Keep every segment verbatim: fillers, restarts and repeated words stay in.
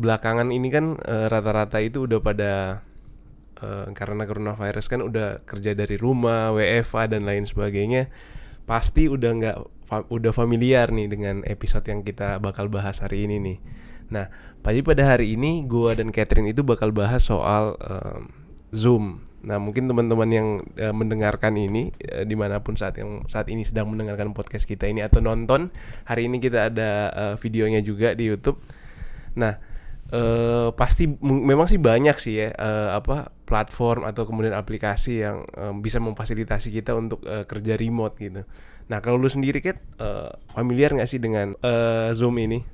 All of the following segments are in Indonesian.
belakangan ini kan uh, rata-rata itu udah pada uh, karena coronavirus kan udah kerja dari rumah, W F H dan lain sebagainya. Pasti udah nggak fa- udah familiar nih dengan episode yang kita bakal bahas hari ini nih. Nah, pagi pada hari ini gua dan Catherine itu bakal bahas soal um, Zoom. Nah, mungkin teman-teman yang uh, mendengarkan ini uh, dimanapun saat yang saat ini sedang mendengarkan podcast kita ini atau nonton, hari ini kita ada uh, videonya juga di YouTube. Nah, uh, pasti m- memang sih banyak sih ya uh, apa platform atau kemudian aplikasi yang um, bisa memfasilitasi kita untuk uh, kerja remote gitu. Nah, kalau lu sendiri Kat, uh, familiar nggak sih dengan uh, Zoom ini?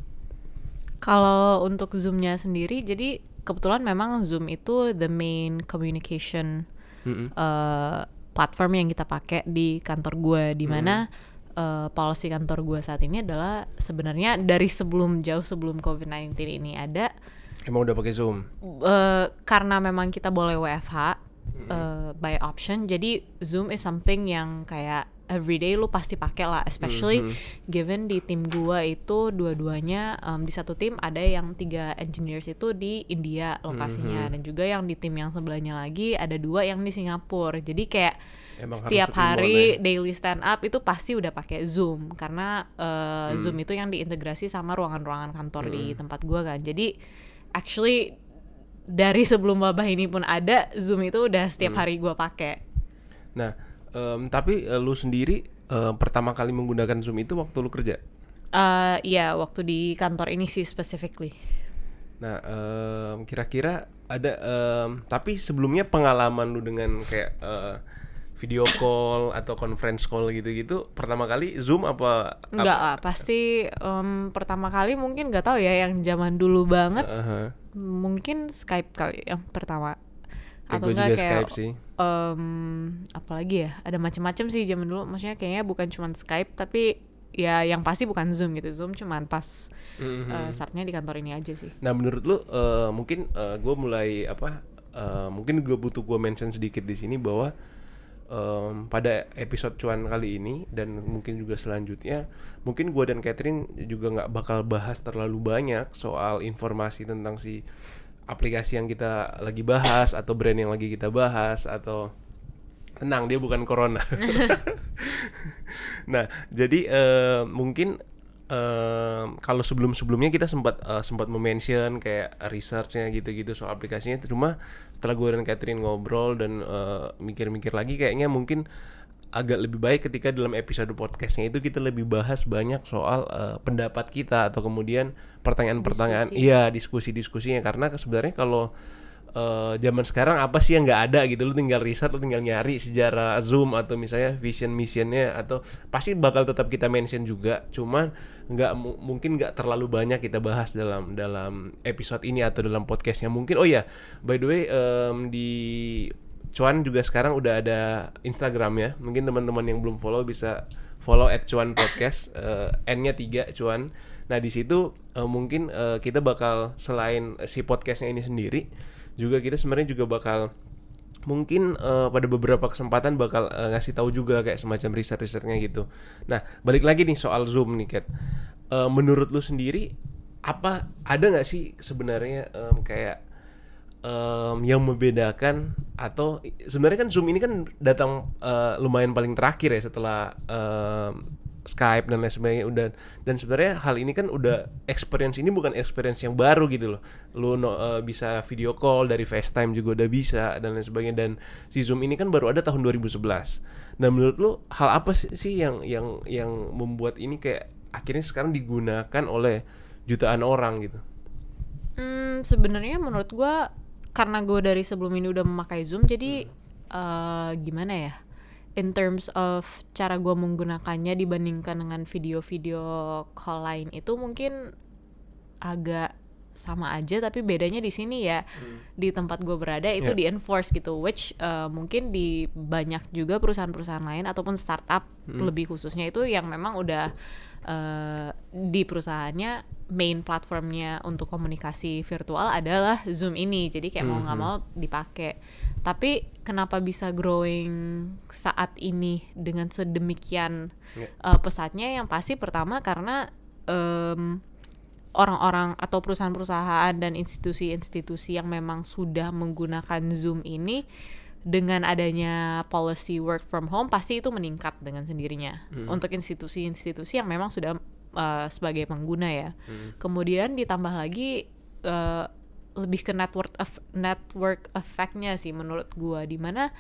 Kalau untuk Zoom-nya sendiri, jadi kebetulan memang Zoom itu the main communication uh, platform yang kita pakai di kantor gue, di mana uh, policy kantor gue saat ini adalah sebenarnya dari sebelum jauh sebelum covid sembilan belas ini ada, Emang udah pakai Zoom? uh, karena memang kita boleh W F H uh, by option, jadi Zoom is something yang kayak everyday lu pasti pakai lah, especially mm-hmm. given di tim gua itu dua-duanya um, di satu tim ada yang tiga engineers itu di India lokasinya, mm-hmm. dan juga yang di tim yang sebelahnya lagi ada dua yang di Singapura. Jadi kayak emang setiap hari ya? Daily stand up itu pasti udah pakai Zoom karena uh, mm. Zoom itu yang diintegrasi sama ruangan-ruangan kantor mm. di tempat gua kan. Jadi actually dari sebelum wabah ini pun ada, Zoom itu udah setiap mm. hari gua pakai. Nah, Um, tapi uh, lu sendiri uh, pertama kali menggunakan Zoom itu waktu lu kerja? Uh, iya, waktu di kantor ini sih specifically. Nah, um, kira-kira ada, um, tapi sebelumnya pengalaman lu dengan kayak uh, video call atau conference call gitu-gitu, pertama kali Zoom apa? Enggak lah, pasti um, pertama kali mungkin nggak tahu ya, yang zaman dulu banget, uh-huh. mungkin Skype kali yang pertama. Atau enggak kayak Skype sih. Um, apalagi ya, ada macam-macam sih zaman dulu. Maksudnya kayaknya bukan cuma Skype, tapi ya yang pasti bukan Zoom gitu. Zoom cuman pas mm-hmm. uh, saatnya di kantor ini aja sih. Nah, menurut lu uh, mungkin uh, gue mulai apa? Uh, mungkin gue butuh gue mention sedikit di sini bahwa um, pada episode cuan kali ini dan mungkin juga selanjutnya, mungkin gue dan Catherine juga nggak bakal bahas terlalu banyak soal informasi tentang si aplikasi yang kita lagi bahas atau brand yang lagi kita bahas, atau tenang, dia bukan corona. Nah, jadi uh, mungkin uh, kalau sebelum-sebelumnya kita sempat uh, sempat mention kayak researchnya gitu-gitu soal aplikasinya. Cuma setelah gue dan Catherine ngobrol dan uh, mikir-mikir lagi, kayaknya mungkin agak lebih baik ketika dalam episode podcastnya itu kita lebih bahas banyak soal uh, pendapat kita atau kemudian pertanyaan-pertanyaan, Diskusi. iya diskusi-diskusinya. Karena sebenarnya kalau uh, zaman sekarang apa sih yang nggak ada gitu, lu tinggal riset, lu tinggal nyari sejarah Zoom atau misalnya vision missionnya, atau pasti bakal tetap kita mention juga, cuman nggak m- mungkin nggak terlalu banyak kita bahas dalam dalam episode ini atau dalam podcastnya mungkin. Oh ya, by the way, um, di Cuan juga sekarang udah ada Instagram ya. Mungkin teman-teman yang belum follow bisa follow at Cuan Podcast, uh, N-nya tiga Cuan. Nah, di situ uh, mungkin uh, kita bakal selain si podcastnya ini sendiri, juga kita sebenarnya juga bakal mungkin uh, pada beberapa kesempatan bakal uh, ngasih tahu juga kayak semacam riset-risetnya gitu. Nah, balik lagi nih soal Zoom nih, Kat. Uh, menurut lu sendiri apa ada nggak sih sebenarnya um, kayak Um, yang membedakan, atau sebenarnya kan Zoom ini kan datang uh, lumayan paling terakhir ya setelah um, Skype dan lain sebagainya udah, dan sebenarnya hal ini kan udah experience, ini bukan experience yang baru gitu loh. Lu no, uh, bisa video call dari FaceTime juga udah bisa dan lain sebagainya, dan si Zoom ini kan baru ada tahun dua ribu sebelas. Nah, menurut lu hal apa sih yang yang yang membuat ini kayak akhirnya sekarang digunakan oleh jutaan orang gitu? Hmm, sebenarnya menurut gue karena gue dari sebelum ini udah memakai Zoom, jadi hmm. uh, gimana ya, in terms of cara gue menggunakannya dibandingkan dengan video-video call lain itu mungkin agak sama aja, tapi bedanya di sini ya, hmm. di tempat gue berada itu yeah. di enforce gitu, which uh, mungkin di banyak juga perusahaan-perusahaan lain ataupun startup hmm. lebih khususnya itu yang memang udah uh, di perusahaannya main platformnya untuk komunikasi virtual adalah Zoom ini, jadi kayak mm-hmm. mau nggak mau dipakai. Tapi kenapa bisa growing saat ini dengan sedemikian yeah. uh, pesatnya? Yang pasti pertama karena um, orang-orang atau perusahaan-perusahaan dan institusi-institusi yang memang sudah menggunakan Zoom ini, dengan adanya policy work from home pasti itu meningkat dengan sendirinya hmm. untuk institusi-institusi yang memang sudah uh, sebagai pengguna ya. Hmm. Kemudian ditambah lagi uh, lebih ke network of, network effect-nya sih menurut gua, di mana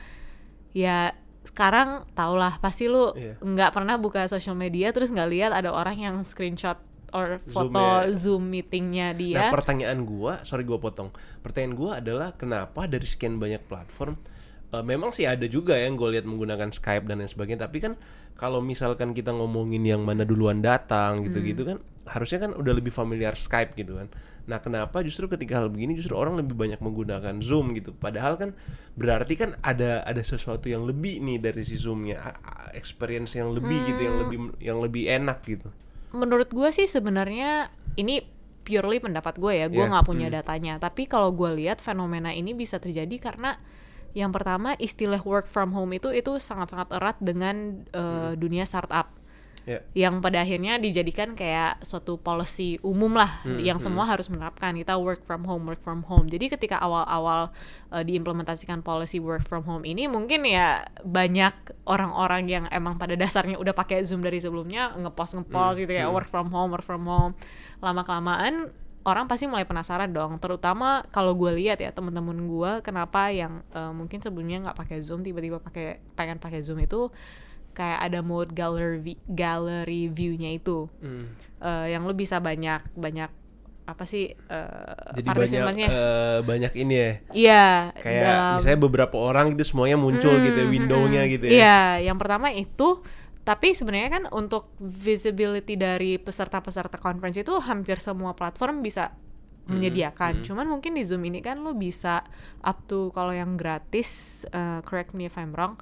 ya sekarang tahulah pasti lu yeah. nggak pernah buka social media terus nggak lihat ada orang yang screenshot or foto Zoom, ya. Zoom meetingnya dia. Nah pertanyaan gua, sorry gua potong. Pertanyaan gua adalah kenapa dari sekian banyak platform Uh, memang sih ada juga yang gue lihat menggunakan Skype dan lain sebagainya, tapi kan kalau misalkan kita ngomongin yang mana duluan datang gitu-gitu hmm. kan harusnya kan udah lebih familiar Skype gitu kan. Nah kenapa justru ketika hal begini justru orang lebih banyak menggunakan Zoom gitu, padahal kan berarti kan ada ada sesuatu yang lebih nih dari si Zoomnya, experience yang lebih hmm. gitu, yang lebih yang lebih enak gitu. Menurut gue sih sebenarnya ini purely pendapat gue ya, gue nggak yeah. punya hmm. datanya, tapi kalau gue lihat fenomena ini bisa terjadi karena yang pertama, istilah work from home itu itu sangat-sangat erat dengan uh, hmm. dunia startup, yeah. yang pada akhirnya dijadikan kayak suatu policy umum lah, hmm. yang semua hmm. harus menerapkan, kita work from home, work from home. Jadi ketika awal-awal uh, diimplementasikan policy work from home ini, mungkin ya banyak orang-orang yang emang pada dasarnya udah pakai Zoom dari sebelumnya ngepost ngepost hmm. gitu kayak hmm. work from home, work from home. Lama-kelamaan orang pasti mulai penasaran dong, terutama kalau gue lihat ya teman-teman gue kenapa yang uh, mungkin sebelumnya nggak pakai Zoom tiba-tiba pakai pengen pakai Zoom itu kayak ada mode gallery gallery view-nya itu mm. uh, yang lu bisa banyak banyak apa sih uh, jadi banyak uh, banyak ini ya iya kayak dalam, misalnya beberapa orang gitu semuanya muncul mm, gitu ya window-nya mm, gitu ya. Iya, yang pertama itu. Tapi sebenarnya kan untuk visibility dari peserta-peserta conference itu hampir semua platform bisa menyediakan. Hmm. Cuman mungkin di Zoom ini kan lo bisa up to, kalau yang gratis, uh, correct me if I'm wrong,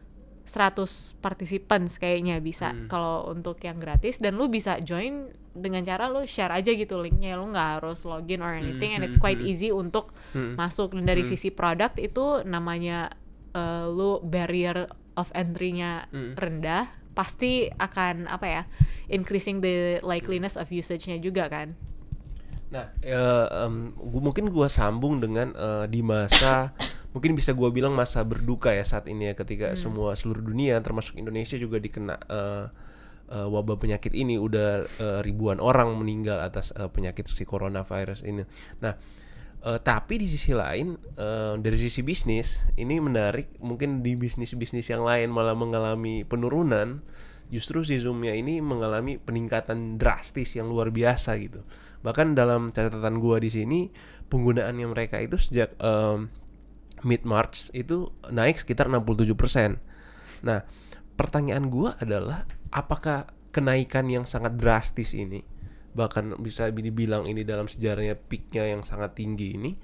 seratus participants kayaknya bisa hmm. kalau untuk yang gratis, dan lo bisa join dengan cara lo share aja gitu linknya, lo nggak harus login or anything, hmm. and it's quite easy untuk hmm. masuk. Dan dari hmm. sisi produk itu namanya uh, lo barrier of entry-nya hmm. rendah, pasti akan apa ya, increasing the likeliness of usage-nya juga kan. Nah, uh, um, gua, mungkin gue sambung dengan uh, di masa mungkin bisa gue bilang masa berduka ya saat ini ya, ketika hmm. semua seluruh dunia termasuk Indonesia juga dikena uh, uh, wabah penyakit ini, udah uh, ribuan orang meninggal atas uh, penyakit si coronavirus ini. Nah, Uh, tapi di sisi lain uh, dari sisi bisnis ini menarik, mungkin di bisnis-bisnis yang lain malah mengalami penurunan, justru si Zoom-nya ini mengalami peningkatan drastis yang luar biasa gitu. Bahkan dalam catatan gua di sini penggunaannya mereka itu sejak um, mid March itu naik sekitar enam puluh tujuh persen. Nah, pertanyaan gua adalah apakah kenaikan yang sangat drastis ini, bahkan bisa dibilang ini dalam sejarahnya peaknya yang sangat tinggi ini,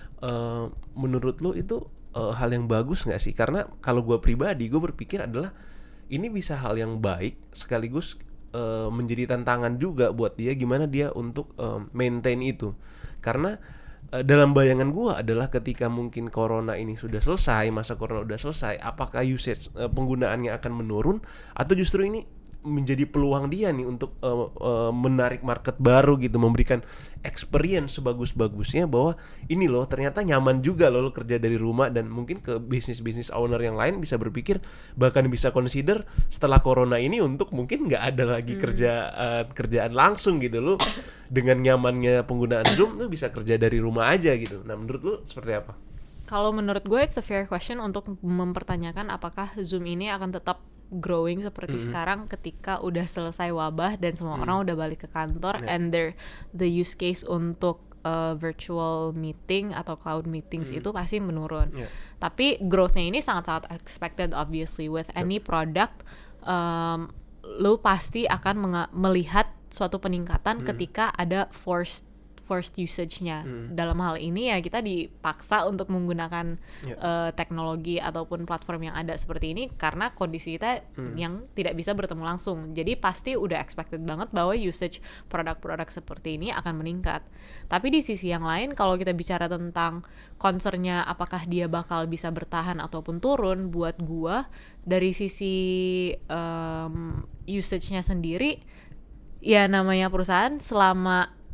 uh, menurut lo itu uh, hal yang bagus nggak sih? Karena kalau gue pribadi, gue berpikir adalah ini bisa hal yang baik sekaligus uh, menjadi tantangan juga buat dia, gimana dia untuk uh, maintain itu. Karena uh, dalam bayangan gue adalah ketika mungkin corona ini sudah selesai, masa corona sudah selesai, apakah usage uh, penggunaannya akan menurun atau justru ini menjadi peluang dia nih untuk uh, uh, menarik market baru gitu, memberikan experience sebagus-bagusnya bahwa ini loh ternyata nyaman juga loh lo kerja dari rumah. Dan mungkin ke bisnis-bisnis owner yang lain bisa berpikir, bahkan bisa consider setelah corona ini untuk mungkin nggak ada lagi hmm. kerja uh, kerjaan langsung gitu, lo dengan nyamannya penggunaan Zoom lo bisa kerja dari rumah aja gitu. Nah menurut lo seperti apa? Kalau menurut gue it's a fair question untuk mempertanyakan apakah Zoom ini akan tetap growing seperti mm-hmm. sekarang ketika udah selesai wabah dan semua mm. orang udah balik ke kantor, yeah. and there, the use case untuk uh, virtual meeting atau cloud meetings mm. itu pasti menurun. Yeah. Tapi growth-nya ini sangat-sangat expected obviously with any product. Um, lu pasti akan menga- melihat suatu peningkatan mm. ketika ada forced forced usage-nya. Hmm. Dalam hal ini ya kita dipaksa untuk menggunakan yeah. uh, teknologi ataupun platform yang ada seperti ini karena kondisi kita hmm. yang tidak bisa bertemu langsung. Jadi pasti udah expected banget bahwa usage produk-produk seperti ini akan meningkat. Tapi di sisi yang lain, kalau kita bicara tentang concern-nya apakah dia bakal bisa bertahan ataupun turun, buat gua dari sisi um, usage-nya sendiri, ya namanya perusahaan selama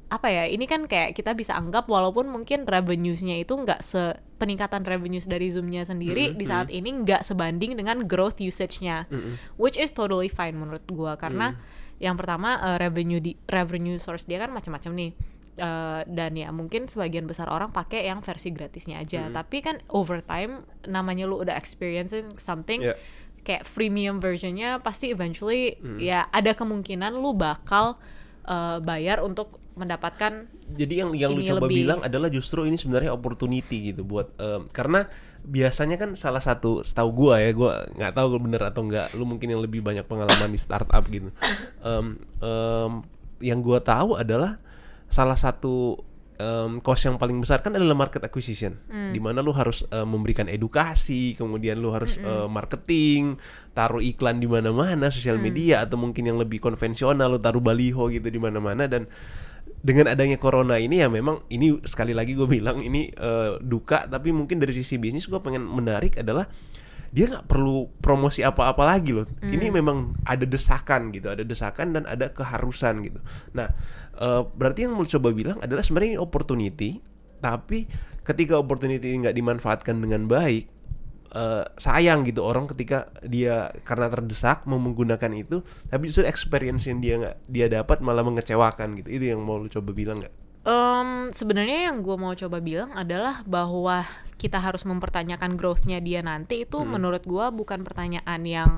apa ya, ini kan kayak kita bisa anggap walaupun mungkin revenues-nya itu nggak se peningkatan revenues dari Zoom-nya sendiri mm-hmm. di saat ini nggak sebanding dengan growth usage-nya, mm-hmm. which is totally fine menurut gua karena mm. yang pertama uh, revenue di revenue source dia kan macam-macam nih. Uh, dan ya mungkin sebagian besar orang pakai yang versi gratisnya aja, mm. tapi kan over time namanya lu udah experiencing something, yeah. kayak freemium versionnya pasti eventually mm. ya ada kemungkinan lu bakal uh, bayar untuk mendapatkan. Jadi yang yang lu coba lebih. bilang adalah justru ini sebenarnya opportunity gitu buat um, karena biasanya kan salah satu setahu gua ya, gua nggak tahu bener atau enggak, lu mungkin yang lebih banyak pengalaman di startup gitu. Um, um, yang gua tahu adalah salah satu um, cost yang paling besar kan adalah market acquisition, mm. di mana lu harus uh, memberikan edukasi, kemudian lu harus uh, marketing, taruh iklan di mana-mana, sosial media, mm. atau mungkin yang lebih konvensional lu taruh baliho gitu di mana-mana. Dan dengan adanya corona ini ya memang ini sekali lagi gue bilang ini uh, duka, tapi mungkin dari sisi bisnis gue pengen menarik adalah dia nggak perlu promosi apa-apa lagi loh. Mm. Ini memang ada desakan gitu, ada desakan dan ada keharusan gitu. Nah, uh, berarti yang mau coba bilang adalah sebenarnya ini opportunity, tapi ketika opportunity ini nggak dimanfaatkan dengan baik, uh, sayang gitu orang ketika dia karena terdesak mau menggunakan itu, tapi justru experience yang dia nggak dia dapat malah mengecewakan gitu. Itu yang mau lu coba bilang nggak? Um, sebenarnya yang gue mau coba bilang adalah bahwa kita harus mempertanyakan growth-nya dia nanti itu hmm. menurut gue bukan pertanyaan yang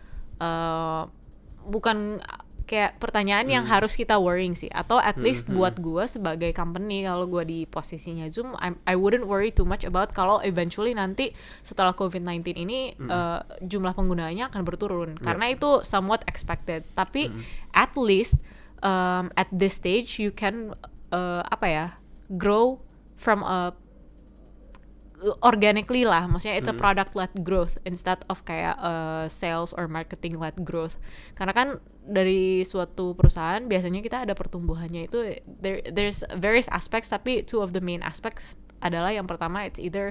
uh, bukan kayak pertanyaan hmm. yang harus kita worrying sih, atau at least hmm. buat gue sebagai company kalau gue di posisinya Zoom, I, I wouldn't worry too much about kalau eventually nanti setelah covid sembilan belas ini hmm. uh, jumlah penggunanya akan berturun, yeah. karena itu somewhat expected. Tapi hmm. at least um, at this stage you can Uh, apa ya, grow from a organically lah, maksudnya it's a product led growth instead of kayak uh, sales or marketing led growth. Karena kan dari suatu perusahaan biasanya kita ada pertumbuhannya itu there, there's various aspects, tapi two of the main aspects adalah yang pertama it's either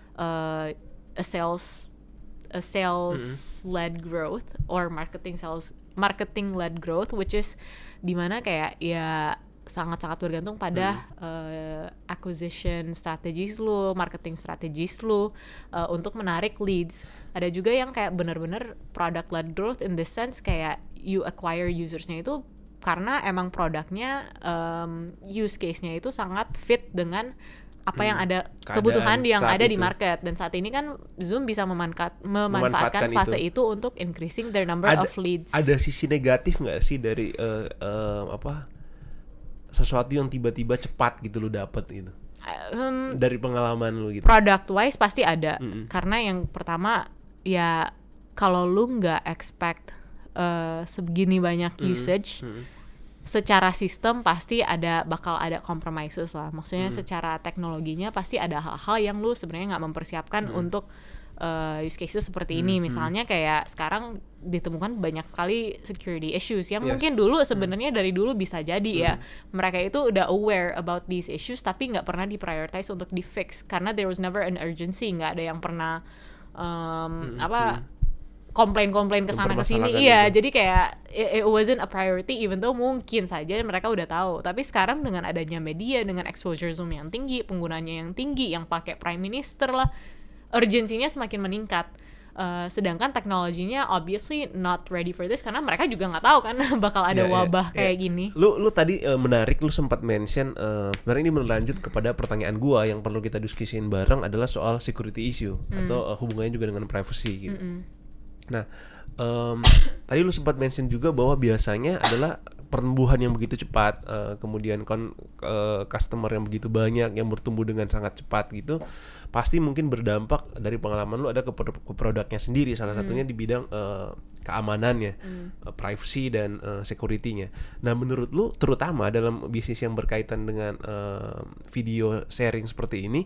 uh, a sales a sales mm-hmm. led growth or marketing sales marketing led growth, which is dimana kayak ya sangat-sangat bergantung pada hmm. uh, acquisition strategies lu, marketing strategies lu uh, untuk menarik leads. Ada juga yang kayak benar-benar product led growth in the sense kayak you acquire usersnya itu karena emang produknya um, use case-nya itu sangat fit dengan apa hmm. yang ada keadaan kebutuhan yang ada itu. Di market. Dan saat ini kan Zoom bisa memanfaat, memanfaatkan, memanfaatkan fase itu. itu untuk increasing their number ada, of leads. Ada sisi negatif nggak sih dari uh, uh, apa sesuatu yang tiba-tiba cepat gitu lu dapet gitu um, dari pengalaman lu gitu? Product wise pasti ada, mm-mm. karena yang pertama ya kalau lu nggak expect uh, segini banyak mm-hmm. usage, mm-hmm. secara sistem pasti ada bakal ada compromises lah. Maksudnya mm-hmm. secara teknologinya pasti ada hal-hal yang lu sebenarnya nggak mempersiapkan mm-hmm. untuk uh, use cases seperti hmm, ini. Misalnya hmm. kayak sekarang ditemukan banyak sekali security issues yang yes. mungkin dulu sebenarnya hmm. dari dulu bisa jadi hmm. ya mereka itu udah aware about these issues tapi nggak pernah diprioritize untuk di fix karena there was never an urgency, nggak ada yang pernah um, hmm. apa hmm. komplain-komplain kesana kesini, iya itu. Jadi kayak it, it wasn't a priority even though mungkin saja mereka udah tahu. Tapi sekarang dengan adanya media, dengan exposure Zoom yang tinggi, penggunanya yang tinggi, yang pakai Prime Minister lah, urgensinya semakin meningkat. Uh, sedangkan teknologinya obviously not ready for this karena mereka juga nggak tahu kan bakal ada yeah, wabah yeah, kayak yeah. gini. Lu lu tadi uh, menarik, lu sempat mention uh, sebenarnya ini melanjut kepada pertanyaan gua yang perlu kita diskusiin bareng adalah soal security issue mm. atau uh, hubungannya juga dengan privacy gitu. Mm-mm. Nah, um, tadi lu sempat mention juga bahwa biasanya adalah pertumbuhan yang begitu cepat, uh, kemudian kon, uh, customer yang begitu banyak yang bertumbuh dengan sangat cepat gitu, pasti mungkin berdampak dari pengalaman lu ada ke, ke produknya sendiri, salah satunya hmm. di bidang uh, keamanannya, hmm. uh, privacy dan uh, security-nya. Nah, menurut lu terutama dalam bisnis yang berkaitan dengan uh, video sharing seperti ini,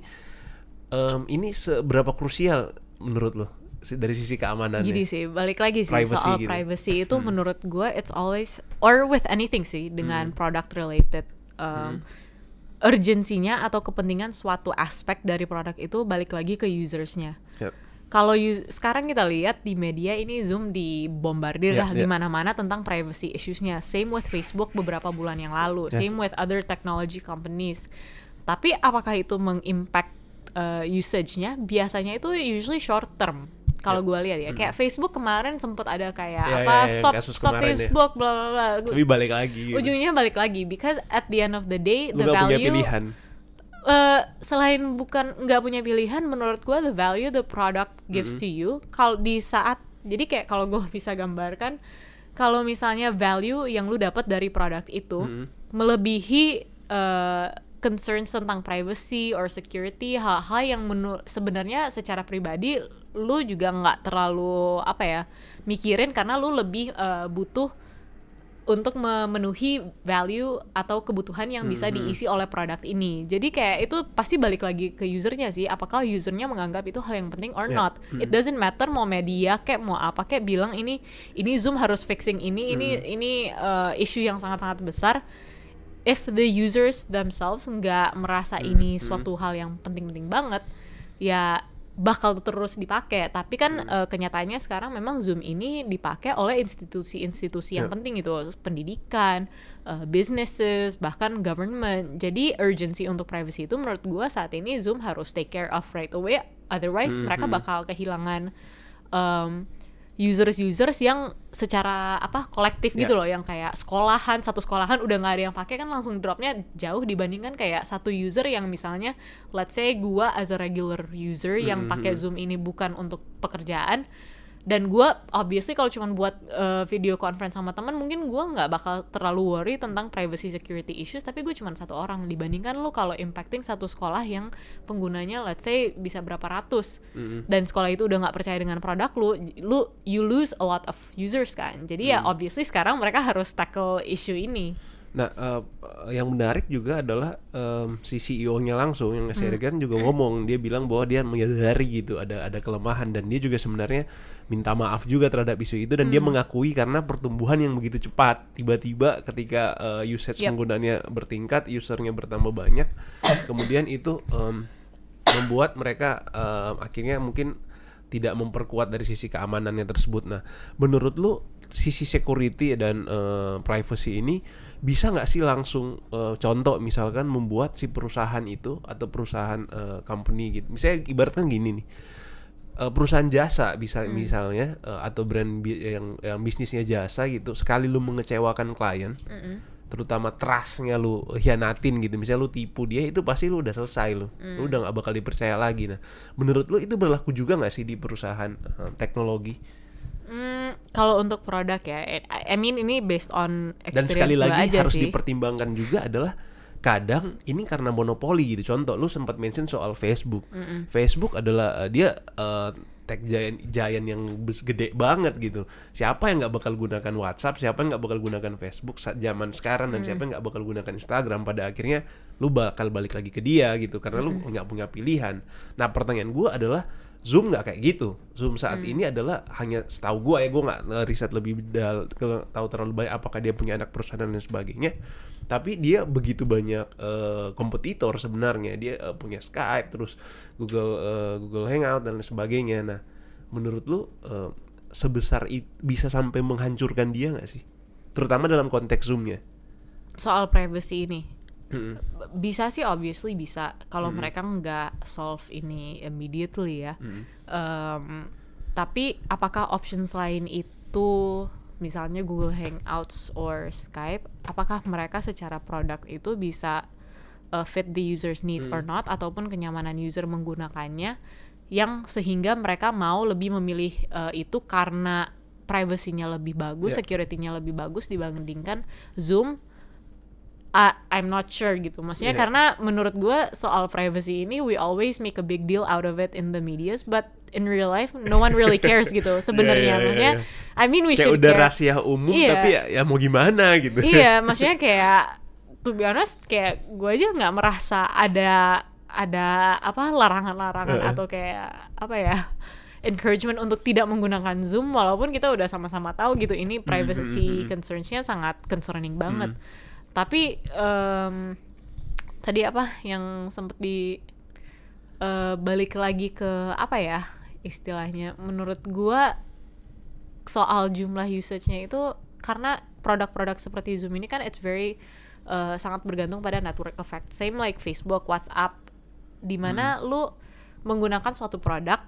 um, ini seberapa krusial menurut lu? Dari sisi keamanan. Gini sih, balik lagi sih privacy soal gitu. Privacy itu hmm. menurut gue it's always or with anything sih dengan hmm. product related um, hmm. urgensinya atau kepentingan suatu aspek dari produk itu balik lagi ke usersnya. Yep. kalau you, sekarang kita lihat di media ini Zoom dibombardir Yeah, lah di yeah. mana-mana tentang privacy issues-nya. Same with Facebook beberapa bulan yang lalu. Yes. Same with other technology companies. Tapi apakah itu mengimpact uh, usage-nya? Biasanya itu usually short term. Kalau Yeah. gue lihat ya, kayak Facebook kemarin sempet ada kayak Yeah, apa yeah, yeah, stop kasus stop kemarin ya. Facebook, bla bla bla. Tapi balik lagi. Gitu. Ujungnya balik lagi because at the end of the day Lu the gak punya value pilihan. Uh, selain bukan nggak punya pilihan, menurut gue the value the product gives Mm-hmm. to you kalau di saat, jadi kayak kalau gue bisa gambarkan, kalau misalnya value yang lu dapat dari produk itu Mm-hmm. melebihi uh, concerns tentang privacy or security, hal-hal yang menu- sebenarnya secara pribadi lu juga nggak terlalu apa ya mikirin karena lu lebih uh, butuh untuk memenuhi value atau kebutuhan yang bisa Mm-hmm. diisi oleh produk ini. Jadi kayak itu pasti balik lagi ke usernya sih. Apakah usernya menganggap itu hal yang penting or Yeah. not? Mm-hmm. It doesn't matter mau media kayak mau apa kayak bilang ini ini Zoom harus fixing ini ini Mm-hmm. ini uh, isu yang sangat-sangat besar. If the users themselves nggak merasa ini suatu hal yang penting-penting banget, ya bakal terus dipakai. Tapi kan Hmm. uh, kenyataannya sekarang memang Zoom ini dipakai oleh institusi-institusi yang Yeah. penting itu, pendidikan, uh, businesses, bahkan government. Jadi urgency untuk privacy itu menurut gua saat ini Zoom harus take care of right away. Otherwise Hmm, mereka hmm. bakal kehilangan um, users-users yang secara apa kolektif gitu Yeah. loh, yang kayak sekolahan, satu sekolahan udah nggak ada yang pakai kan langsung dropnya jauh dibandingkan kayak satu user yang misalnya let's say gua as a regular user yang Mhm. pakai Zoom ini bukan untuk pekerjaan, dan gua obviously kalau cuma buat uh, video conference sama teman mungkin gua nggak bakal terlalu worry tentang privacy security issues, tapi gue cuma satu orang dibandingkan lu kalau impacting satu sekolah yang penggunanya let's say bisa berapa ratus, Mhm. dan sekolah itu udah nggak percaya dengan produk lu, lu you lose a lot of users kan. Jadi ya obviously sekarang mereka harus tackle issue ini. Nah, uh, yang menarik juga adalah um, si C E O-nya langsung yang nge-share kan juga ngomong, dia bilang bahwa dia menyadari gitu ada ada kelemahan dan dia juga sebenarnya minta maaf juga terhadap isu itu dan dia mengakui karena pertumbuhan yang begitu cepat tiba-tiba ketika uh, usage Yep. penggunanya bertingkat, usernya bertambah banyak, kemudian itu um, membuat mereka um, akhirnya mungkin tidak memperkuat dari sisi keamanannya tersebut. Nah, menurut lu sisi security dan uh, privacy ini bisa nggak sih langsung uh, contoh misalkan membuat si perusahaan itu atau perusahaan uh, company gitu, misalnya ibaratkan gini nih, uh, perusahaan jasa bisa Hmm. misalnya uh, atau brand bi- yang yang bisnisnya jasa gitu, sekali lu mengecewakan klien, Mm-mm. terutama trustnya lu hianatin gitu, misalnya lu tipu dia, itu pasti lu udah selesai lu, Hmm. lu udah nggak bakal dipercaya lagi. Nah, menurut lu itu berlaku juga nggak sih di perusahaan uh, teknologi? Hmm, kalau untuk produk ya, I I mean ini based on Dan experience sekali gue lagi aja harus sih. dipertimbangkan juga adalah kadang ini karena monopoli gitu. Contoh lu sempat mention soal Facebook. Mm-mm. Facebook adalah uh, dia uh, tech giant, giant yang bes- gede banget gitu. Siapa yang nggak bakal gunakan WhatsApp, siapa yang nggak bakal gunakan Facebook saat zaman sekarang, dan siapa yang nggak bakal gunakan Instagram? Pada akhirnya lu bakal balik lagi ke dia gitu karena lu nggak punya pilihan. Nah, pertanyaan gue adalah Zoom nggak kayak gitu. Zoom saat Hmm. ini adalah hanya setahu gue ya, gue nggak uh, riset lebih dal ke tahu terlalu banyak apakah dia punya anak perusahaan dan sebagainya. Tapi dia begitu banyak uh, kompetitor sebenarnya. Dia uh, punya Skype, terus Google uh, Google Hangout dan sebagainya. Nah, menurut lu uh, sebesar itu bisa sampai menghancurkan dia nggak sih? Terutama dalam konteks Zoom-nya. Soal privacy ini Mm-mm. bisa sih, obviously bisa kalau Mm-mm. mereka nggak solve ini immediately ya. Mm-mm. Um, tapi apakah options lain itu misalnya Google Hangouts or Skype, apakah mereka secara produk itu bisa uh, fit the user's needs or not, ataupun kenyamanan user menggunakannya yang sehingga mereka mau lebih memilih uh, itu karena privacy-nya lebih bagus, Yeah. security-nya lebih bagus dibandingkan Zoom. Uh, I'm not sure gitu. Maksudnya Yeah. karena menurut gue soal privacy ini we always make a big deal out of it in the medias, but in real life no one really cares gitu sebenarnya. Yeah, yeah, Maksudnya yeah, I mean we kayak should udah care. rahasia umum, Iya. tapi ya, ya mau gimana gitu. Iya, maksudnya kayak to be honest kayak gue aja nggak merasa ada ada apa larangan-larangan Uh-uh. atau kayak apa ya encouragement untuk tidak menggunakan Zoom, walaupun kita udah sama-sama tahu gitu ini privacy Mm-hmm. concerns-nya sangat concerning banget. Tapi um, tadi apa yang sempet di uh, balik lagi ke apa ya istilahnya. Menurut gua soal jumlah usage-nya itu karena produk-produk seperti Zoom ini kan it's very uh, sangat bergantung pada network effect. Same like Facebook, WhatsApp, di mana hmm. lu menggunakan suatu produk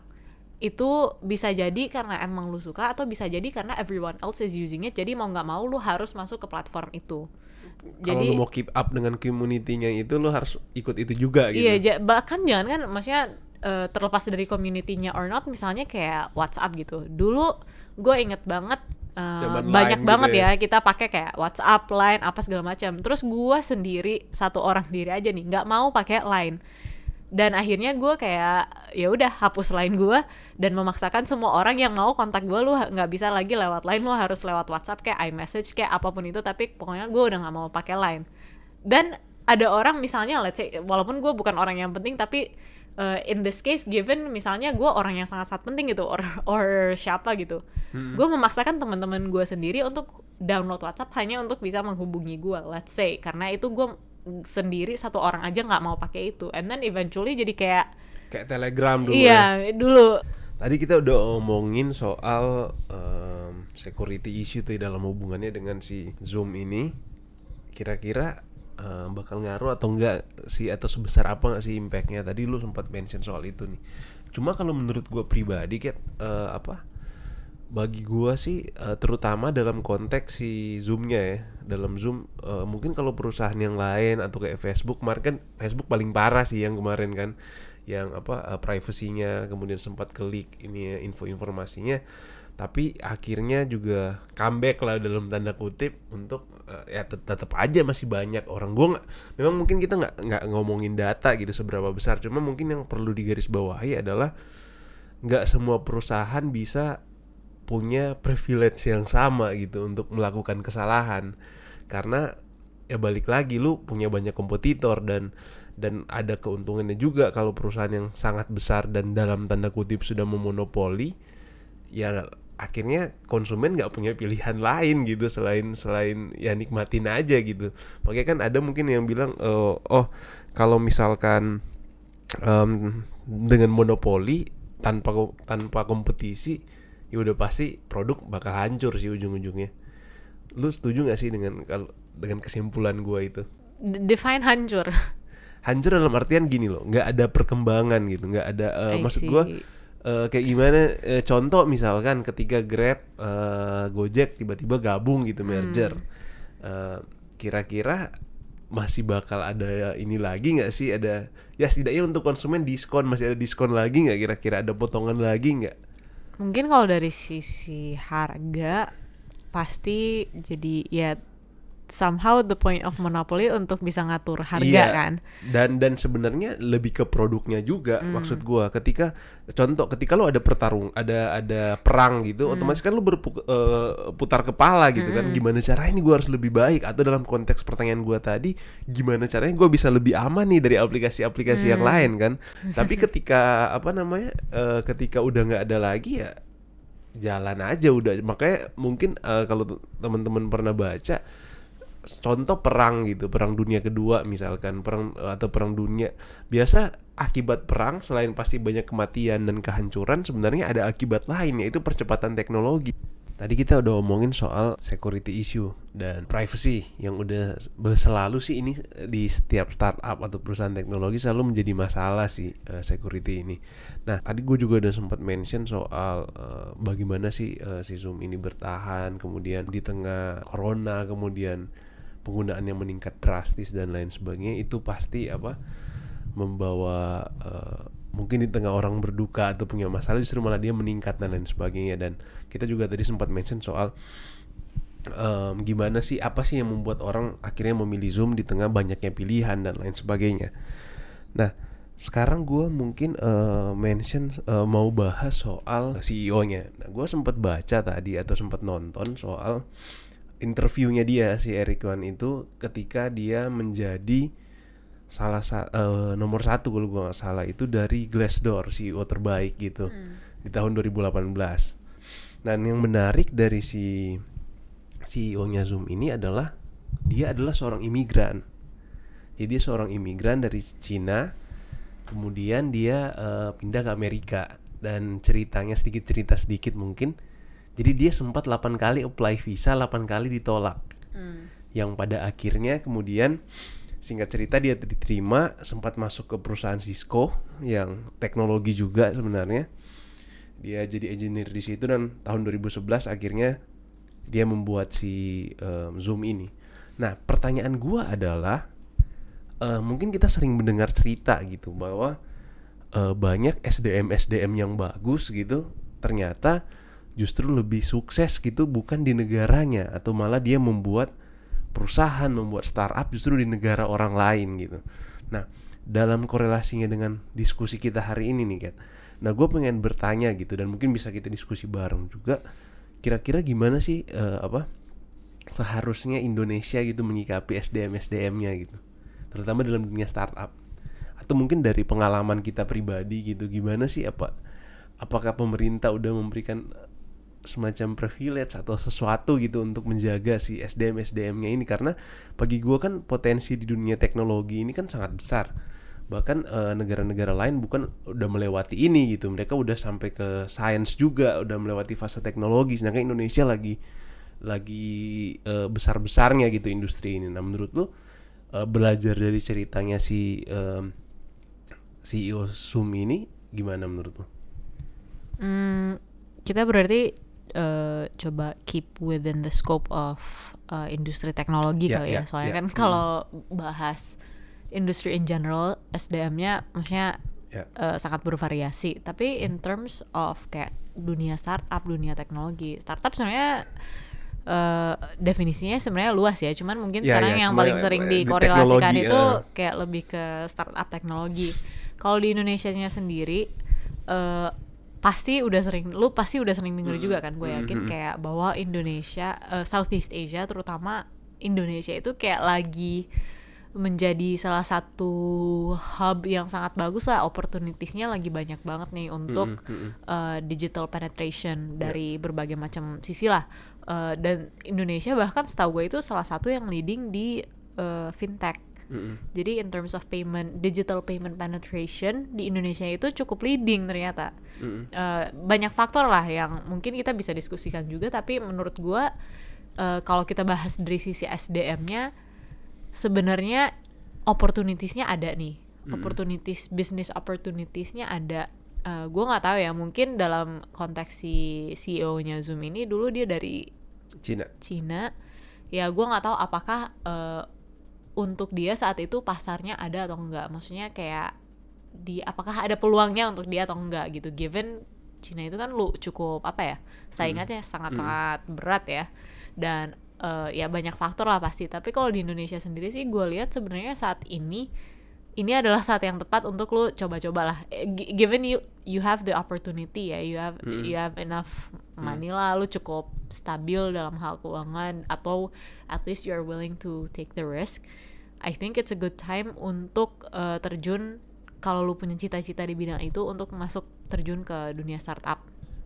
itu bisa jadi karena emang lu suka atau bisa jadi karena everyone else is using it. Jadi mau nggak mau lu harus masuk ke platform itu. Kalau lu mau keep up dengan community-nya itu lu harus ikut itu juga gitu. Iya, j- bahkan jangan kan maksudnya uh, terlepas dari community-nya or not, misalnya kayak WhatsApp gitu. Dulu gue inget banget uh, banyak banget gitu ya. ya kita pakai kayak WhatsApp, Line, apa segala macam. Terus gue sendiri satu orang diri aja nih nggak mau pakai Line. Dan akhirnya gue kayak ya udah hapus Line gue dan memaksakan semua orang yang mau kontak gue, lu nggak bisa lagi lewat Line, lu harus lewat WhatsApp kayak iMessage kayak apapun itu, tapi pokoknya gue udah nggak mau pakai Line. Dan ada orang misalnya let's say walaupun gue bukan orang yang penting tapi uh, in this case given misalnya gue orang yang sangat-sangat penting gitu or or siapa gitu, hmm. gue memaksakan teman-teman gue sendiri untuk download WhatsApp hanya untuk bisa menghubungi gue, let's say, karena itu gue sendiri satu orang aja nggak mau pakai itu, and then eventually jadi kayak kayak Telegram dulu. Iya, ya. dulu. Tadi kita udah omongin soal um, security issue tuh dalam hubungannya dengan si Zoom ini. Kira-kira um, bakal ngaruh atau enggak sih, atau sebesar apa nggak sih impactnya? Tadi lu sempat mention soal itu nih. Cuma kalau menurut gue pribadi kayak uh, apa? Bagi gue sih uh, terutama dalam konteks si Zoom-nya ya. Dalam Zoom uh, mungkin kalau perusahaan yang lain atau kayak Facebook, kemarin kan Facebook paling parah sih yang kemarin kan, yang apa uh, privacy-nya kemudian sempat klik ini ya, info informasinya, tapi akhirnya juga comeback lah dalam tanda kutip untuk uh, ya tet- tetap aja masih banyak orang. Gue nggak, memang mungkin kita nggak nggak ngomongin data gitu seberapa besar, cuma mungkin yang perlu digarisbawahi adalah nggak semua perusahaan bisa punya privilege yang sama gitu untuk melakukan kesalahan, karena ya balik lagi lu punya banyak kompetitor dan dan ada keuntungannya juga kalau perusahaan yang sangat besar dan dalam tanda kutip sudah memonopoli, ya akhirnya konsumen nggak punya pilihan lain gitu selain selain ya nikmatin aja gitu. Makanya kan ada mungkin yang bilang oh, oh kalau misalkan um, dengan monopoli tanpa tanpa kompetisi ya udah pasti produk bakal hancur sih ujung-ujungnya. Lu setuju gak sih dengan dengan kesimpulan gue itu? Define hancur. Hancur dalam artian gini loh, nggak ada perkembangan gitu, nggak ada uh, maksud gue uh, kayak gimana? Uh, contoh misalkan ketika Grab, uh, Gojek tiba-tiba gabung gitu, merger, hmm. uh, kira-kira masih bakal ada ini lagi nggak sih? Ada ya setidaknya untuk konsumen diskon, masih ada diskon lagi nggak? Kira-kira ada potongan lagi nggak? Mungkin kalau dari sisi harga pasti jadi ya somehow the point of monopoly untuk bisa ngatur harga, iya, kan. Dan dan sebenarnya lebih ke produknya juga. Hmm. Maksud gua ketika contoh ketika lo ada pertarung, ada ada perang gitu, hmm. otomatis kan lo berputar uh, kepala gitu, hmm. kan. Gimana caranya nih gua harus lebih baik, atau dalam konteks pertanyaan gua tadi, gimana caranya gua bisa lebih aman nih dari aplikasi-aplikasi hmm. yang lain kan. Tapi ketika apa namanya? Uh, ketika udah enggak ada lagi ya jalan aja udah. Makanya mungkin uh, kalau teman-teman pernah baca contoh perang gitu, perang dunia kedua misalkan, perang atau perang dunia, biasa akibat perang selain pasti banyak kematian dan kehancuran, sebenarnya ada akibat lain, yaitu percepatan teknologi. Tadi kita udah omongin soal security issue dan privacy yang udah selalu sih ini di setiap startup atau perusahaan teknologi selalu menjadi masalah sih uh, security ini. Nah tadi gue juga udah sempat mention soal uh, bagaimana sih uh, si Zoom ini bertahan, kemudian di tengah corona, kemudian penggunaan yang meningkat drastis dan lain sebagainya, itu pasti apa membawa uh, mungkin di tengah orang berduka atau punya masalah justru malah dia meningkat dan lain sebagainya. Dan kita juga tadi sempat mention soal um, gimana sih, apa sih yang membuat orang akhirnya memilih Zoom di tengah banyaknya pilihan dan lain sebagainya. Nah sekarang gue mungkin uh, mention uh, mau bahas soal C E O-nya. Nah gue sempat baca tadi atau sempat nonton soal interviewnya dia si Eric Yuan itu ketika dia menjadi salah uh, nomor satu kalau gue nggak salah itu dari Glassdoor, C E O terbaik gitu hmm. di tahun dua ribu delapan belas. Dan yang menarik dari si C E O-nya Zoom ini adalah dia adalah seorang imigran. Jadi dia seorang imigran dari Cina, kemudian dia uh, pindah ke Amerika. dan ceritanya sedikit cerita sedikit mungkin. Jadi dia sempat delapan kali apply visa, delapan kali ditolak. Hmm. Yang pada akhirnya kemudian singkat cerita dia diterima, sempat masuk ke perusahaan Cisco yang teknologi juga sebenarnya. Dia jadi engineer di situ dan tahun dua ribu sebelas akhirnya dia membuat si um, Zoom ini. Nah, pertanyaan gua adalah uh, mungkin kita sering mendengar cerita gitu bahwa uh, banyak S D M S D M yang bagus gitu ternyata justru lebih sukses gitu bukan di negaranya, atau malah dia membuat perusahaan, membuat startup justru di negara orang lain gitu. Nah, dalam korelasinya dengan diskusi kita hari ini nih Kat, nah gue pengen bertanya gitu dan mungkin bisa kita diskusi bareng juga. Kira-kira gimana sih uh, apa seharusnya Indonesia gitu menyikapi S D M S D M-nya gitu, terutama dalam dunia startup, atau mungkin dari pengalaman kita pribadi gitu, gimana sih apa apakah pemerintah udah memberikan semacam privilege atau sesuatu gitu untuk menjaga si S D M S D M-nya ini? Karena bagi gue kan potensi di dunia teknologi ini kan sangat besar. Bahkan e, negara-negara lain bukan udah melewati ini gitu, mereka udah sampai ke sains juga, udah melewati fase teknologi. Sedangkan Indonesia lagi lagi e, besar-besarnya gitu industri ini. Nah menurut lu e, belajar dari ceritanya si e, C E O Zoom ini gimana menurut lu? Hmm, kita berarti Uh, coba keep within the scope of uh, industri teknologi yeah, kali ya, yeah, soalnya yeah. kan kalau hmm. bahas industri in general S D M-nya maksudnya yeah. uh, sangat bervariasi. Tapi in terms of kayak dunia startup, dunia teknologi, startup sebenarnya uh, definisinya sebenarnya luas ya. Cuman mungkin yeah, sekarang yeah, yang paling sering dikorelasikan di itu uh. kayak lebih ke startup teknologi. Kalau di Indonesianya sendiri uh, pasti udah sering, lu pasti udah sering denger mm. juga kan, gue yakin mm-hmm. kayak bahwa Indonesia, uh, Southeast Asia terutama Indonesia itu kayak lagi menjadi salah satu hub yang sangat bagus lah, opportunitiesnya lagi banyak banget nih untuk mm-hmm. uh, digital penetration dari yeah. berbagai macam sisi lah, uh, dan Indonesia bahkan setahu gue itu salah satu yang leading di uh, fintech. Mm-hmm. Jadi in terms of payment, digital payment penetration di Indonesia itu cukup leading ternyata. Mm-hmm. uh, Banyak faktor lah yang mungkin kita bisa diskusikan juga. Tapi menurut gue uh, kalau kita bahas dari sisi S D M-nya, sebenarnya opportunities-nya ada nih. Mm-hmm. Opportunities, business opportunities-nya ada. uh, Gue gak tahu ya, mungkin dalam konteks si C E O-nya Zoom ini dulu dia dari Cina Cina Ya gue gak tahu apakah uh, untuk dia saat itu pasarnya ada atau enggak, maksudnya kayak di apakah ada peluangnya untuk dia atau enggak gitu, given Cina itu kan lu cukup apa ya, saingannya hmm. sangat-sangat hmm. berat ya, dan uh, ya banyak faktor lah pasti. Tapi kalau di Indonesia sendiri sih gue lihat sebenarnya saat ini ini adalah saat yang tepat untuk lu coba-cobalah, given you you have the opportunity ya, you have hmm. you have enough money hmm. lah, lu cukup stabil dalam hal keuangan, atau at least you are willing to take the risk. I think it's a good time untuk uh, terjun, kalau lu punya cita-cita di bidang itu, untuk masuk terjun ke dunia startup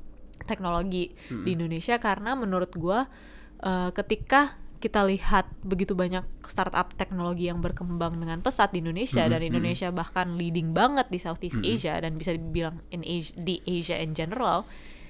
teknologi hmm. di Indonesia. Karena menurut gua uh, ketika kita lihat begitu banyak startup teknologi yang berkembang dengan pesat di Indonesia, mm-hmm. dan Indonesia bahkan leading banget di Southeast mm-hmm. Asia, dan bisa dibilang in Asia, di Asia in general,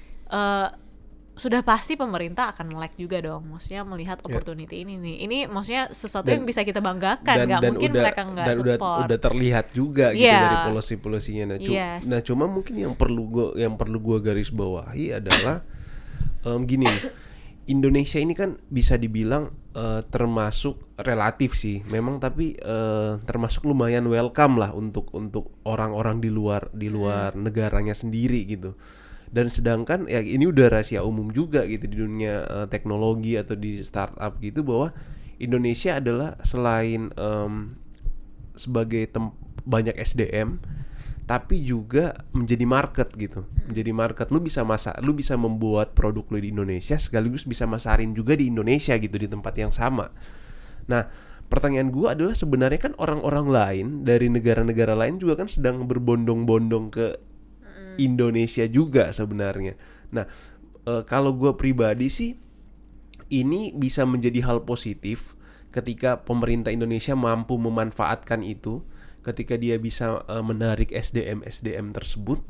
uh, sudah pasti pemerintah akan melek juga dong, maksudnya melihat opportunity yeah. ini nih, ini maksudnya sesuatu dan, yang bisa kita banggakan, nggak mungkin udah, mereka nggak support. Dan udah, udah terlihat juga gitu yeah. dari policy-policynya. Nah, cu- yes. nah cuma mungkin yang perlu gua yang perlu gua garis bawahi adalah um, gini. Indonesia ini kan bisa dibilang uh, termasuk relatif sih, memang, tapi uh, termasuk lumayan welcome lah untuk untuk orang-orang di luar di luar negaranya sendiri gitu. Dan sedangkan ya ini udah rahasia umum juga gitu di dunia uh, teknologi atau di startup gitu, bahwa Indonesia adalah selain um, sebagai tem- banyak S D M, tapi juga menjadi market gitu. Menjadi market, lu bisa masak, lu bisa membuat produk lu di Indonesia sekaligus bisa masarin juga di Indonesia gitu, di tempat yang sama. Nah, pertanyaan gua adalah sebenarnya kan orang-orang lain dari negara-negara lain juga kan sedang berbondong-bondong ke Indonesia juga sebenarnya. Nah, e, kalau gua pribadi sih ini bisa menjadi hal positif ketika pemerintah Indonesia mampu memanfaatkan itu, ketika dia bisa uh, menarik S D M S D M tersebut.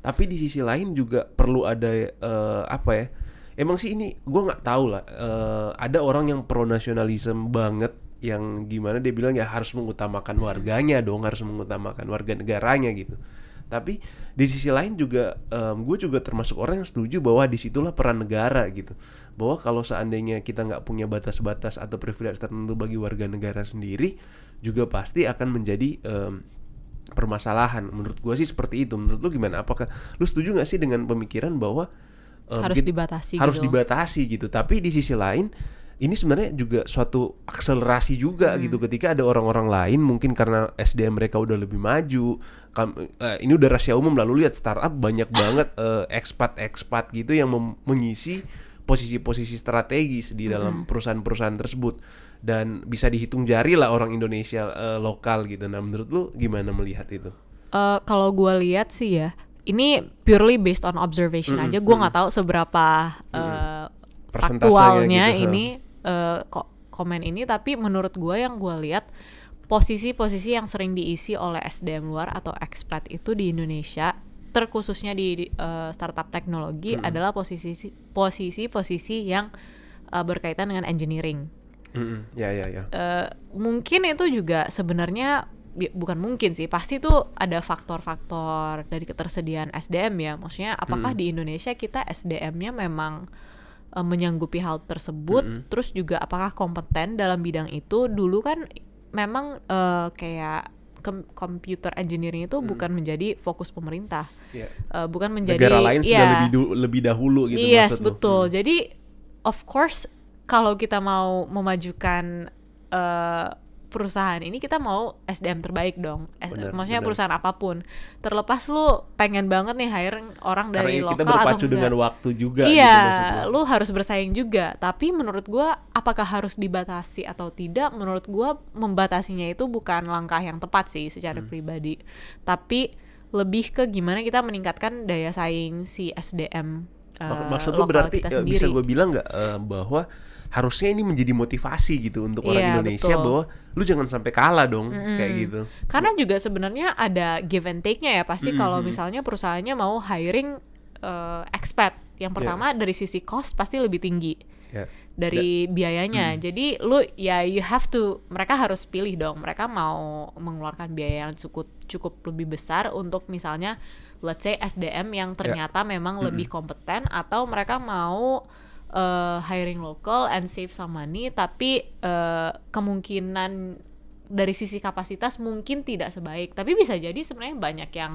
Tapi di sisi lain juga perlu ada uh, apa ya? Emang sih ini gue nggak tahu lah. Uh, ada orang yang pro nasionalisme banget, yang gimana dia bilang ya harus mengutamakan warganya dong, harus mengutamakan warga negaranya gitu. Tapi di sisi lain juga um, gue juga termasuk orang yang setuju bahwa disitulah peran negara gitu. Bahwa kalau seandainya kita nggak punya batas-batas atau privilege tertentu bagi warga negara sendiri, juga pasti akan menjadi um, permasalahan. Menurut gue sih seperti itu. Menurut lu gimana? Apakah lu setuju nggak sih dengan pemikiran bahwa um, harus dibatasi harus gitu. dibatasi gitu? Tapi di sisi lain ini sebenarnya juga suatu akselerasi juga hmm. gitu ketika ada orang-orang lain mungkin karena S D M mereka udah lebih maju. Kam, uh, ini udah rahasia umum, lalu lihat startup banyak banget uh, expat-expat gitu yang mem- mengisi posisi-posisi strategis di dalam hmm. perusahaan-perusahaan tersebut, dan bisa dihitung jari lah orang Indonesia uh, lokal gitu. Nah menurut lu gimana melihat itu? Uh, kalau gue lihat sih ya, ini purely based on observation hmm. aja. Gue nggak hmm. tahu seberapa uh, faktualnya gitu, ini uh, kok komen ini, tapi menurut gue yang gue lihat posisi-posisi yang sering diisi oleh S D M luar atau expat itu di Indonesia, terkhususnya di uh, startup teknologi mm-hmm. adalah posisi posisi-posisi yang uh, berkaitan dengan engineering. Mm-hmm. Ya ya ya. Uh, mungkin itu juga sebenarnya bukan mungkin sih, pasti tuh ada faktor-faktor dari ketersediaan S D M ya. Maksudnya apakah mm-hmm. di Indonesia kita S D M-nya memang uh, menyanggupi hal tersebut, mm-hmm. terus juga apakah kompeten dalam bidang itu. Dulu kan memang uh, kayak Kom- computer engineering itu hmm. bukan menjadi fokus pemerintah, yeah. uh, bukan menjadi negara lain ya, sudah lebih du- lebih dahulu gitu. Yes, betul. Hmm. Jadi of course kalau kita mau memajukan uh, perusahaan ini, kita mau S D M terbaik dong. Benar, maksudnya benar. Perusahaan apapun, terlepas lu pengen banget nih hire orang dari lokal atau enggak. Kita berpacu dengan waktu juga. Iya, gitu lu harus bersaing juga. Tapi menurut gua, apakah harus dibatasi atau tidak? Menurut gua membatasinya itu bukan langkah yang tepat sih secara hmm. pribadi. Tapi lebih ke gimana kita meningkatkan daya saing si S D M uh, maksud lu berarti uh, bisa gue bilang nggak uh, bahwa harusnya ini menjadi motivasi gitu untuk orang yeah, Indonesia, betul. Bahwa lu jangan sampai kalah dong, mm-hmm. kayak gitu. Karena juga sebenarnya ada give and take-nya ya pasti, mm-hmm. kalau misalnya perusahaannya mau hiring uh, expat, yang pertama yeah. dari sisi cost pasti lebih tinggi yeah. dari da- biayanya. Mm. Jadi lu ya you have to, mereka harus pilih dong, mereka mau mengeluarkan biaya yang cukup cukup lebih besar untuk misalnya let's say S D M yang ternyata yeah. memang mm-hmm. lebih kompeten, atau mereka mau Uh, hiring local and save some money, tapi uh, kemungkinan dari sisi kapasitas mungkin tidak sebaik. Tapi bisa jadi sebenarnya banyak yang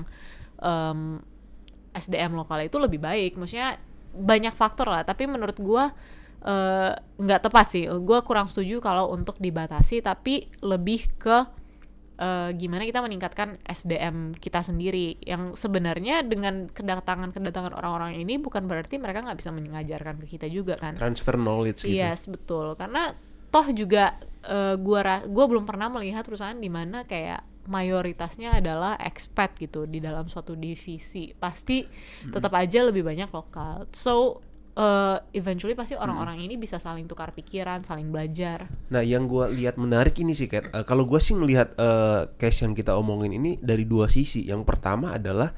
um, S D M lokal itu lebih baik. Maksudnya banyak faktor lah. Tapi menurut gue uh, nggak tepat sih. Gue kurang setuju kalau untuk dibatasi, tapi lebih ke Uh, gimana kita meningkatkan S D M kita sendiri, yang sebenarnya dengan kedatangan-kedatangan orang-orang ini bukan berarti mereka nggak bisa mengajarkan ke kita juga kan. Transfer knowledge gitu. Yes, betul. Karena toh juga uh, gua ra- gua belum pernah melihat perusahaan di mana kayak mayoritasnya adalah expat gitu di dalam suatu divisi. Pasti mm-hmm. tetap aja lebih banyak lokal. So Uh, eventually pasti orang-orang hmm. ini bisa saling tukar pikiran, saling belajar. Nah, yang gue lihat menarik ini sih, Kat. Uh, kalau gue sih melihat uh, case yang kita omongin ini dari dua sisi. Yang pertama adalah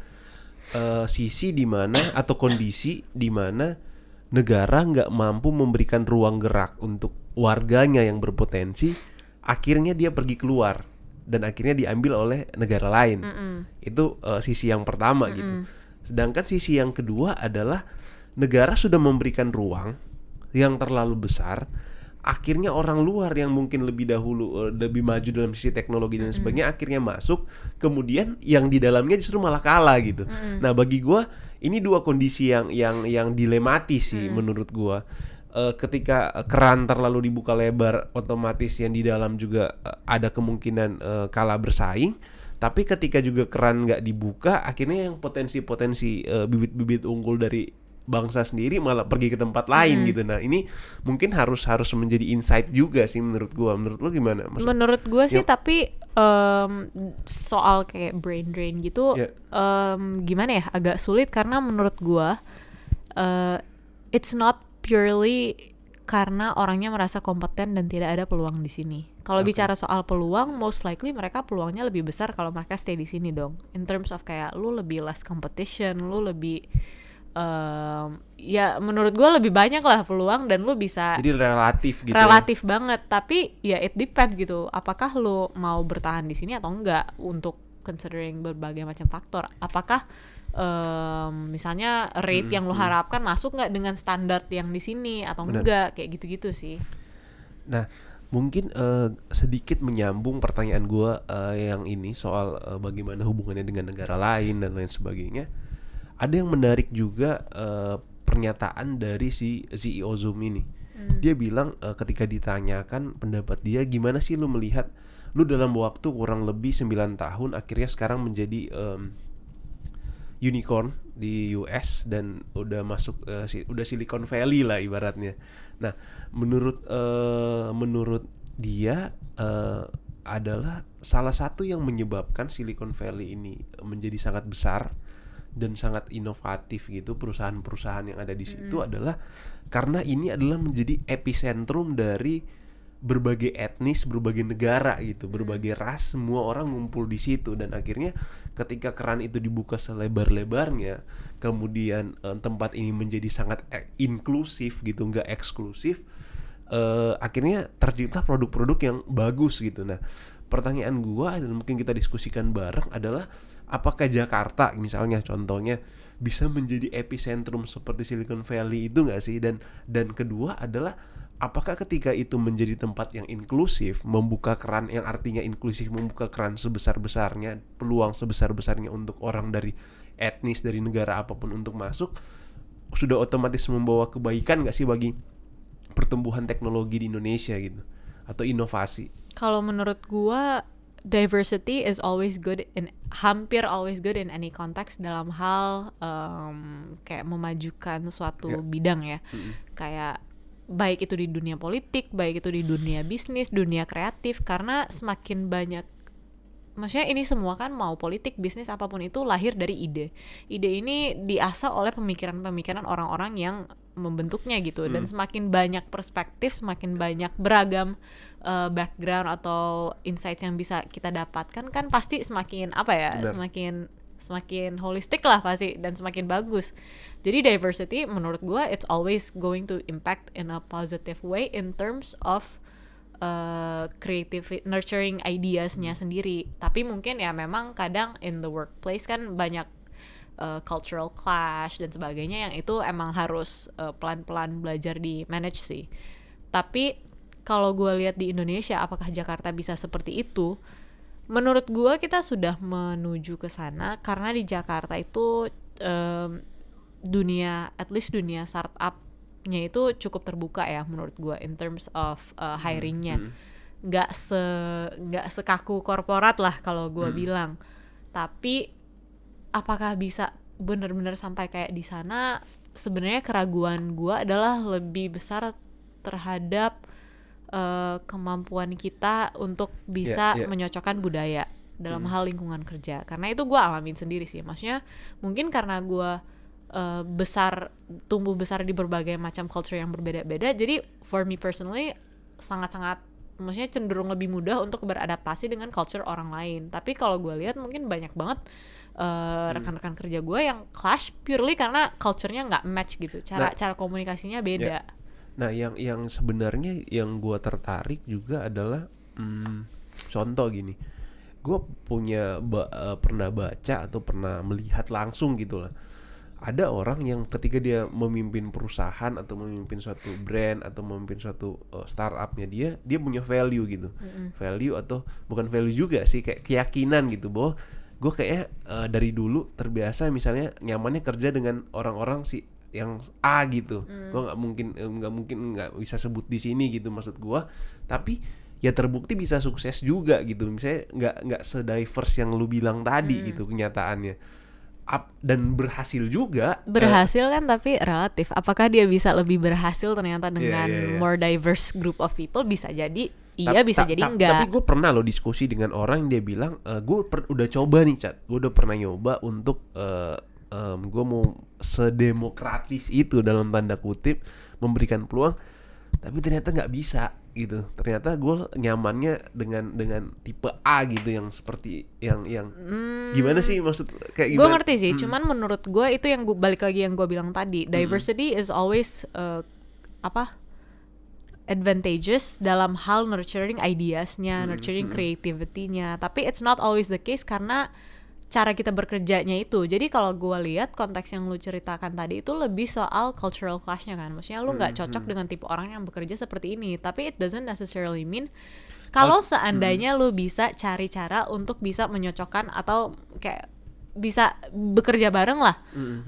uh, sisi di mana atau kondisi di mana negara nggak mampu memberikan ruang gerak untuk warganya yang berpotensi, akhirnya dia pergi keluar dan akhirnya diambil oleh negara lain. Mm-mm. Itu uh, sisi yang pertama Mm-mm. gitu. Sedangkan sisi yang kedua adalah negara sudah memberikan ruang yang terlalu besar, akhirnya orang luar yang mungkin lebih dahulu lebih maju dalam sisi teknologi dan sebagainya mm-hmm. akhirnya masuk, kemudian yang di dalamnya justru malah kalah gitu. Mm-hmm. Nah, bagi gue ini dua kondisi yang yang yang dilematis sih mm-hmm. menurut gue. Uh, ketika keran terlalu dibuka lebar, otomatis yang di dalam juga uh, ada kemungkinan uh, kalah bersaing. Tapi ketika juga keran nggak dibuka, akhirnya yang potensi-potensi uh, bibit-bibit unggul dari bangsa sendiri malah pergi ke tempat lain hmm. gitu. Nah, ini mungkin harus harus menjadi insight juga sih menurut gua. Menurut lu gimana? Maksud, menurut gua sih, yep. tapi um, soal kayak brain drain gitu, yeah. um, gimana ya? Agak sulit karena menurut gua uh, it's not purely karena orangnya merasa kompeten dan tidak ada peluang di sini. Kalau Oke. bicara soal peluang, most likely mereka peluangnya lebih besar kalau mereka stay di sini dong. In terms of kayak lu lebih less competition, lu lebih um, ya menurut gue lebih banyak lah peluang dan lu bisa Jadi relatif gitu. relatif banget. Tapi ya it depends gitu. Apakah lu mau bertahan di sini atau enggak untuk considering berbagai macam faktor. Apakah Um, misalnya rate Hmm, yang lo hmm. harapkan masuk nggak dengan standar yang di sini atau Benar. enggak, kayak gitu-gitu sih. Nah, mungkin uh, sedikit menyambung pertanyaan gue uh, yang ini soal uh, bagaimana hubungannya dengan negara lain dan lain sebagainya. Ada yang menarik juga uh, pernyataan dari si C E O Zoom ini. Hmm. Dia bilang uh, ketika ditanyakan pendapat dia, gimana sih lu melihat lu dalam waktu kurang lebih sembilan tahun akhirnya sekarang menjadi um, unicorn di U S dan udah masuk uh, si, udah Silicon Valley lah ibaratnya. Nah, menurut uh, menurut dia uh, adalah salah satu yang menyebabkan Silicon Valley ini menjadi sangat besar dan sangat inovatif gitu, perusahaan-perusahaan yang ada di situ Mm. adalah karena ini adalah menjadi epicentrum dari berbagai etnis, berbagai negara gitu, berbagai ras, semua orang ngumpul di situ dan akhirnya ketika keran itu dibuka selebar-lebarnya, kemudian eh, tempat ini menjadi sangat eh, inklusif gitu, nggak eksklusif, eh, akhirnya tercipta produk-produk yang bagus gitu. Nah, pertanyaan gua dan mungkin kita diskusikan bareng adalah apakah Jakarta misalnya contohnya bisa menjadi epicentrum seperti Silicon Valley itu nggak sih? Dan dan kedua adalah apakah ketika itu menjadi tempat yang inklusif, membuka keran yang artinya inklusif, membuka keran sebesar-besarnya, peluang sebesar-besarnya untuk orang dari etnis, dari negara apapun untuk masuk, sudah otomatis membawa kebaikan gak sih bagi pertumbuhan teknologi di Indonesia gitu, atau inovasi? Kalau menurut gua, diversity is always good in hampir always good in any context dalam hal um, kayak memajukan suatu Ya. bidang ya. Mm-mm. Kayak baik itu di dunia politik, baik itu di dunia bisnis, dunia kreatif, karena semakin banyak, maksudnya ini semua kan mau politik, bisnis, apapun itu lahir dari ide. Ide ini diasah oleh pemikiran-pemikiran orang-orang yang membentuknya gitu. Hmm. Dan semakin banyak perspektif, semakin banyak beragam uh, background atau insights yang bisa kita dapatkan, kan pasti semakin apa ya, Benar. semakin semakin holistik lah pasti dan semakin bagus. Jadi diversity menurut gue it's always going to impact in a positive way in terms of uh, creative nurturing ideasnya sendiri. Tapi mungkin ya memang kadang in the workplace kan banyak uh, cultural clash dan sebagainya yang itu emang harus uh, pelan-pelan belajar di manage sih. Tapi kalau gue lihat di Indonesia, apakah Jakarta bisa seperti itu? Menurut gue kita sudah menuju ke sana karena di Jakarta itu um, dunia, at least dunia startup-nya itu cukup terbuka ya menurut gue in terms of uh, hiringnya. Hmm. Nggak se nggak sekaku korporat lah kalau gue Hmm. bilang. Tapi apakah bisa benar-benar sampai kayak di sana? Sebenarnya keraguan gue adalah lebih besar terhadap Uh, kemampuan kita untuk bisa Yeah, yeah. menyocokkan budaya dalam Hmm. hal lingkungan kerja. Karena itu gue alamin sendiri sih. Maksudnya mungkin karena gue uh, besar tumbuh besar di berbagai macam culture yang berbeda-beda. Jadi for me personally sangat-sangat, maksudnya cenderung lebih mudah untuk beradaptasi dengan culture orang lain. Tapi kalau gue lihat mungkin banyak banget uh, rekan-rekan kerja gue yang clash purely karena culture-nya nggak match gitu. Cara Nah, cara komunikasinya beda. ya. Nah, yang yang sebenarnya yang gue tertarik juga adalah hmm, contoh gini, gue punya ba- uh, pernah baca atau pernah melihat langsung gitu lah. Ada orang yang ketika dia memimpin perusahaan atau memimpin suatu brand atau memimpin suatu uh, startupnya dia, dia punya value gitu, Mm-mm. value atau bukan value juga sih, kayak keyakinan gitu bahwa gue kayaknya uh, dari dulu terbiasa misalnya nyamannya kerja dengan orang-orang si yang A gitu, mm. gue nggak mungkin nggak mungkin nggak bisa sebut di sini gitu maksud gue, tapi ya terbukti bisa sukses juga gitu, misalnya nggak nggak sediverse yang lu bilang tadi mm. gitu kenyataannya. Up, dan berhasil juga. Berhasil uh, kan tapi relatif. Apakah dia bisa lebih berhasil ternyata dengan yeah, yeah, yeah. more diverse group of people? Bisa jadi iya, ta- bisa ta- jadi ta- enggak. Tapi gue pernah loh diskusi dengan orang yang dia bilang, e, gue per- udah coba nih Chat, gue udah pernah nyoba untuk uh, um, gue mau sedemokratis itu dalam tanda kutip memberikan peluang, tapi ternyata nggak bisa gitu. Ternyata gue nyamannya dengan dengan tipe A gitu, yang seperti yang yang Hmm, gimana sih maksud kayak gue gimana? ngerti sih, Hmm. cuman menurut gue itu yang gue balik lagi yang gue bilang tadi, diversity is always uh, apa advantageous dalam hal nurturing ideasnya, nurturing creativity-nya. Tapi it's not always the case karena cara kita bekerjanya itu. Jadi kalau gue lihat konteks yang lu ceritakan tadi itu lebih soal cultural clash-nya kan. Maksudnya lu nggak cocok dengan tipe orang yang bekerja seperti ini. Tapi it doesn't necessarily mean kalau seandainya lu bisa cari cara untuk bisa menyocokkan atau kayak bisa bekerja bareng lah.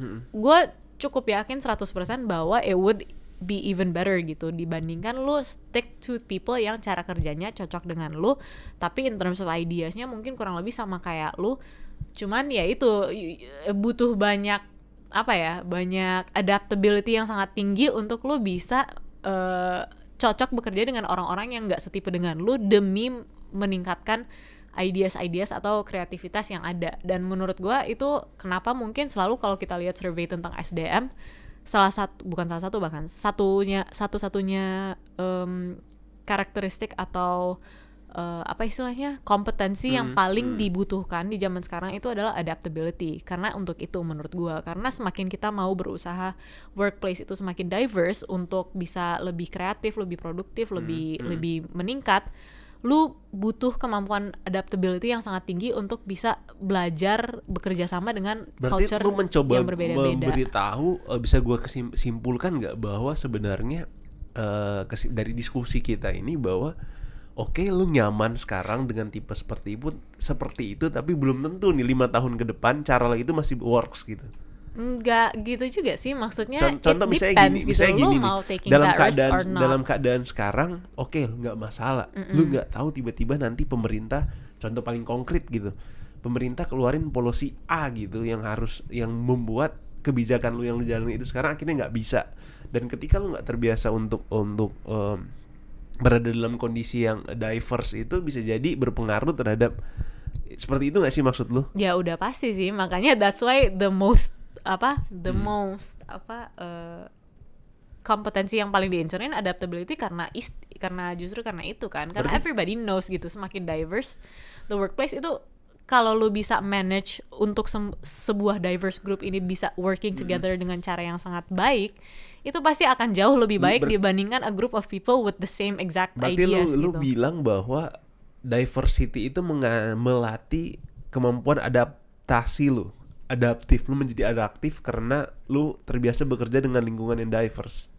Gue cukup yakin seratus persen bahwa it would be even better gitu dibandingkan lu stick to people yang cara kerjanya cocok dengan lu, tapi in terms of ideasnya mungkin kurang lebih sama kayak lu. Cuman ya itu butuh banyak apa ya, banyak adaptability yang sangat tinggi untuk lu bisa uh, cocok bekerja dengan orang-orang yang nggak setipe dengan lu demi meningkatkan ideas-ideas atau kreativitas yang ada. Dan menurut gue itu kenapa mungkin selalu kalau kita lihat survei tentang S D M, salah satu bukan salah satu bahkan satunya satu-satunya um, karakteristik atau Uh, apa istilahnya kompetensi hmm, yang paling hmm. dibutuhkan di zaman sekarang itu adalah adaptability. Karena untuk itu menurut gue, karena semakin kita mau berusaha workplace itu semakin diverse untuk bisa lebih kreatif, lebih produktif, hmm, lebih hmm. lebih meningkat, lu butuh kemampuan adaptability yang sangat tinggi untuk bisa belajar bekerja sama dengan berarti culture lu mencoba yang berbeda-beda. Memberitahu, uh, bisa gue simpulkan nggak bahwa sebenarnya uh, kesim- dari diskusi kita ini bahwa oke, lu nyaman sekarang dengan tipe seperti itu, seperti itu, tapi belum tentu nih lima tahun ke depan cara lo itu masih works gitu. Enggak gitu juga sih, maksudnya contoh it misalnya depends gini, gitu. misalnya Lu gini mau nih, taking dalam that keadaan risk or not. dalam keadaan sekarang, oke, nggak masalah. Mm-mm. Lu nggak tahu tiba-tiba nanti pemerintah, contoh paling konkret gitu, pemerintah keluarin policy A gitu yang harus yang membuat kebijakan lu yang lu jalanin itu sekarang akhirnya nggak bisa. Dan ketika lu nggak terbiasa untuk untuk um, berada dalam kondisi yang diverse, itu bisa jadi berpengaruh terhadap seperti itu nggak sih maksud lu? Ya udah pasti sih, makanya that's why the most apa the hmm. most apa uh, kompetensi yang paling diincerin adaptability karena is, karena justru karena itu kan, karena berarti, everybody knows gitu, semakin diverse the workplace itu, kalau lu bisa manage untuk se- sebuah diverse group ini bisa working together hmm. dengan cara yang sangat baik, itu pasti akan jauh lebih baik Ber- dibandingkan a group of people with the same exact berarti ideas. Berarti lu, gitu. lu bilang bahwa diversity itu menga- melatih kemampuan adaptasi lu, adaptif, lu menjadi adaptif karena lu terbiasa bekerja dengan lingkungan yang diverse.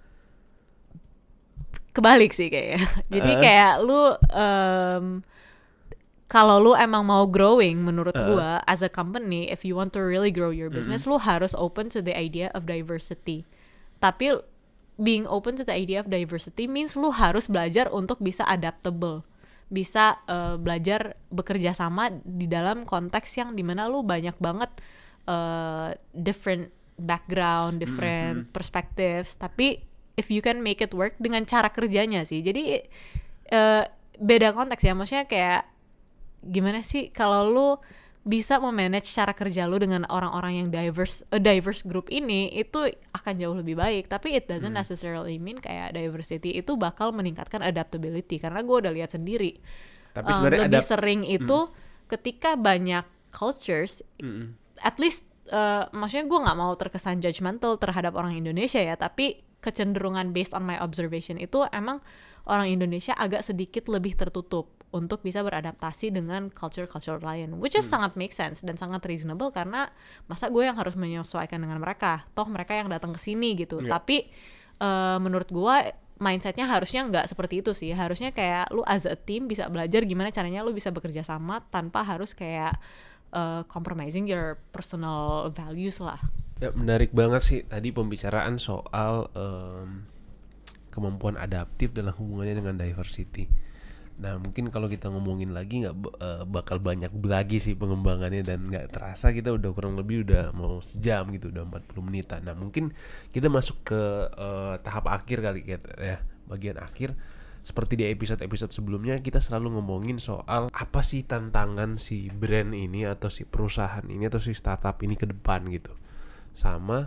Kebalik sih kayaknya. Jadi uh. kayak lu um, kalau lu emang mau growing, menurut uh. gua as a company, if you want to really grow your business, mm-hmm. lu harus open to the idea of diversity. Tapi being open to the idea of diversity means lu harus belajar untuk bisa adaptable, bisa uh, belajar bekerja sama di dalam konteks yang dimana lu banyak banget uh, different background, different mm-hmm. perspectives. Tapi if you can make it work dengan cara kerjanya sih. Jadi uh, beda konteks ya, maksudnya kayak gimana sih kalau lu bisa memanage cara kerja lu dengan orang-orang yang diverse, a diverse group ini, itu akan jauh lebih baik. Tapi it doesn't hmm. necessarily mean kayak diversity itu bakal meningkatkan adaptability, karena gue udah lihat sendiri. Tapi um, lebih adapt- sering itu hmm. ketika banyak cultures, hmm. at least uh, maksudnya gue nggak mau terkesan judgmental terhadap orang Indonesia ya, tapi kecenderungan based on my observation itu emang orang Indonesia agak sedikit lebih tertutup untuk bisa beradaptasi dengan culture-culture lain, which is hmm. sangat make sense dan sangat reasonable, karena masa gue yang harus menyesuaikan dengan mereka, toh mereka yang datang ke sini gitu. Yeah. Tapi uh, menurut gue mindsetnya harusnya nggak seperti itu sih, harusnya kayak lu as a team bisa belajar gimana caranya lu bisa bekerja sama tanpa harus kayak uh, compromising your personal values lah. Ya, menarik banget sih tadi pembicaraan soal um, kemampuan adaptif dalam hubungannya dengan diversity. Nah mungkin kalau kita ngomongin lagi nggak uh, bakal banyak lagi sih pengembangannya, dan nggak terasa kita udah kurang lebih udah mau sejam gitu, udah empat puluh menitan. Nah mungkin kita masuk ke uh, tahap akhir kali ya, bagian akhir. Seperti di episode-episode sebelumnya, kita selalu ngomongin soal apa sih tantangan si brand ini atau si perusahaan ini atau si startup ini ke depan gitu, sama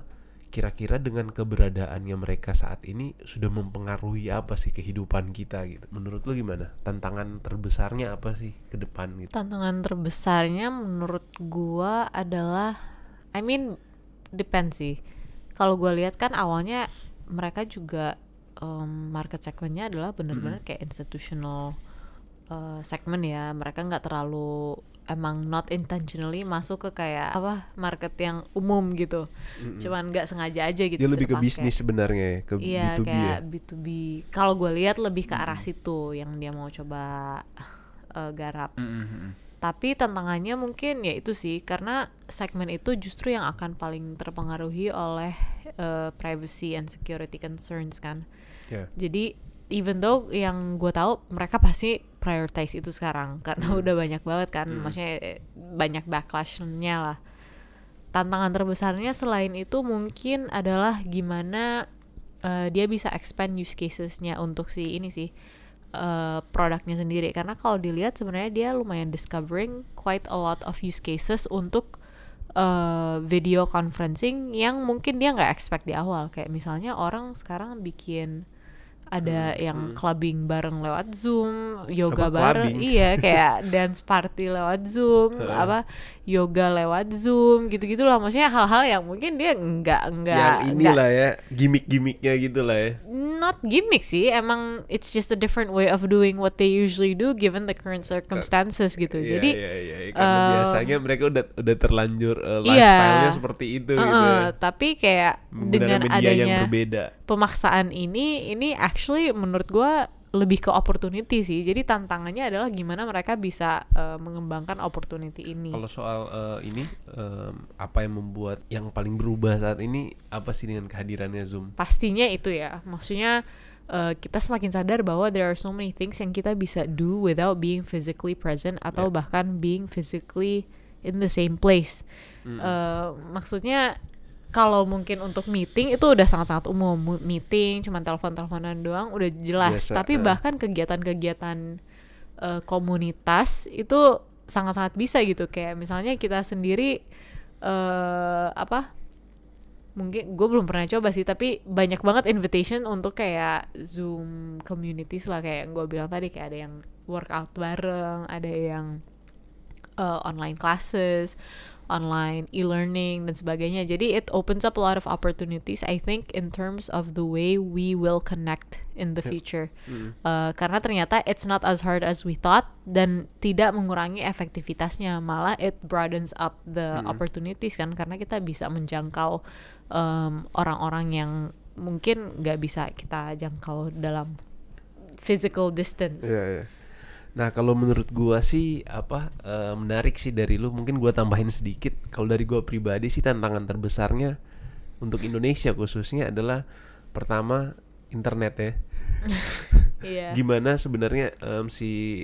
kira-kira dengan keberadaannya mereka saat ini sudah mempengaruhi apa sih kehidupan kita gitu. Menurut lu gimana? Tantangan terbesarnya apa sih ke depan gitu? Tantangan terbesarnya menurut gua adalah, I mean depends sih. Kalau gua lihat kan awalnya mereka juga um, market segmentnya adalah benar-benar Mm-mm. kayak institutional uh, segment ya. Mereka nggak terlalu emang not intentionally masuk ke kayak apa market yang umum gitu. Mm-mm. Cuman nggak sengaja aja gitu Dia lebih ke dipakai. bisnis sebenarnya ya, ke Iya, B to B ya. kayak B to B. Kalau gue lihat lebih ke arah situ yang dia mau coba uh, garap. Mm-mm. Tapi tantangannya mungkin ya itu sih, karena segmen itu justru yang akan paling terpengaruhi oleh uh, privacy and security concerns kan. Ya. Jadi even though yang gue tahu mereka pasti prioritize itu sekarang karena Hmm. udah banyak banget kan, Hmm. maksudnya eh, banyak backlashnya lah. Tantangan terbesarnya selain itu mungkin adalah gimana uh, dia bisa expand use casesnya untuk si ini sih uh, produknya sendiri, karena kalau dilihat sebenarnya dia lumayan discovering quite a lot of use cases untuk uh, video conferencing yang mungkin dia nggak expect di awal. Kayak misalnya orang sekarang bikin ada Hmm, yang hmm. clubbing bareng lewat Zoom, yoga Apa bareng, clubbing? iya kayak dance party lewat Zoom, apa yoga lewat Zoom, gitu-gitu lah. Maksudnya hal-hal yang mungkin dia nggak nggak Yang nggak inilah ya, gimmick-gimmicknya gitu lah ya. not gimmick sih, emang it's just a different way of doing what they usually do given the current circumstances gitu. Iya, Jadi iya, iya, iya. Karena um, biasanya mereka udah udah terlanjur uh, iya, lifestyle-nya seperti itu uh-uh, gitu ya. tapi kayak Menggunakan dengan media adanya yang berbeda. pemaksaan ini, ini actually menurut gue lebih ke opportunity sih. Jadi tantangannya adalah gimana mereka bisa uh, mengembangkan opportunity ini. Kalau soal uh, ini um, apa yang membuat yang paling berubah saat ini apa sih dengan kehadirannya Zoom? Pastinya itu ya. Maksudnya uh, kita semakin sadar bahwa there are so many things yang kita bisa do without being physically present atau Yeah. bahkan being physically in the same place. Mm-mm. Uh, maksudnya kalau mungkin untuk meeting itu udah sangat-sangat umum. Meeting cuman telepon-teleponan doang udah jelas. Biasa, Tapi uh. bahkan kegiatan-kegiatan uh, komunitas itu sangat-sangat bisa gitu. Kayak misalnya kita sendiri uh, apa? Mungkin gue belum pernah coba sih, tapi banyak banget invitation untuk kayak Zoom communities lah, kayak gue bilang tadi, kayak ada yang workout bareng, ada yang uh, online classes, online e-learning dan sebagainya. Jadi it opens up a lot of opportunities I think in terms of the way we will connect in the future. Mm. Uh, karena ternyata it's not as hard as we thought dan tidak mengurangi efektivitasnya, malah it broadens up the Mm. opportunities kan, karena kita bisa menjangkau um, orang-orang yang mungkin nggak bisa kita jangkau dalam physical distance. Iya, iya. Nah, kalau menurut gua sih apa uh, menarik sih dari lu, mungkin gua tambahin sedikit. Kalau dari gua pribadi sih tantangan terbesarnya untuk Indonesia khususnya adalah pertama internet ya. Iya. Gimana sebenarnya um, si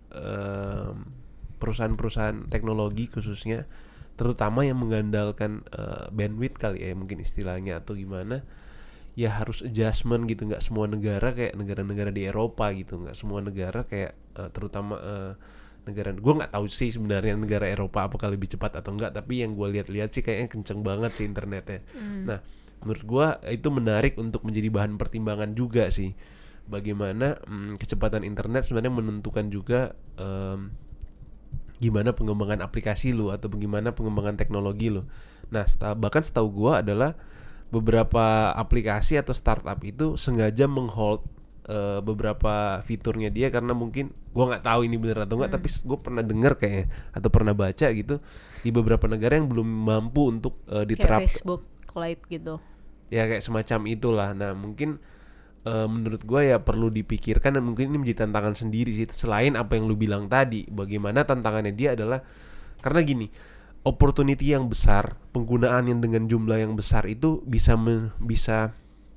um, perusahaan-perusahaan teknologi khususnya, terutama yang mengandalkan uh, bandwidth kali ya mungkin istilahnya, atau gimana, ya harus adjustment gitu. Nggak semua negara kayak negara-negara di Eropa gitu, nggak semua negara kayak uh, terutama uh, negara, gue nggak tahu sih sebenarnya negara Eropa apakah lebih cepat atau enggak, tapi yang gue lihat-lihat sih kayaknya kenceng banget sih internetnya. Mm. Nah, menurut gue itu menarik untuk menjadi bahan pertimbangan juga sih, bagaimana hmm, kecepatan internet sebenarnya menentukan juga um, gimana pengembangan aplikasi lu atau bagaimana pengembangan teknologi lu. Nah, seta- bahkan setahu gue adalah beberapa aplikasi atau startup itu sengaja menghold uh, beberapa fiturnya dia karena mungkin, gue nggak tahu ini benar atau enggak, Hmm. tapi gue pernah dengar kayak atau pernah baca gitu, di beberapa negara yang belum mampu untuk uh, Kayak diterap, Facebook Lite gitu. ya kayak semacam itulah. Nah, mungkin uh, menurut gue ya perlu dipikirkan, dan mungkin ini menjadi tantangan sendiri sih, selain apa yang lu bilang tadi. Bagaimana tantangannya dia adalah karena gini, opportunity yang besar, penggunaan yang dengan jumlah yang besar itu bisa me, bisa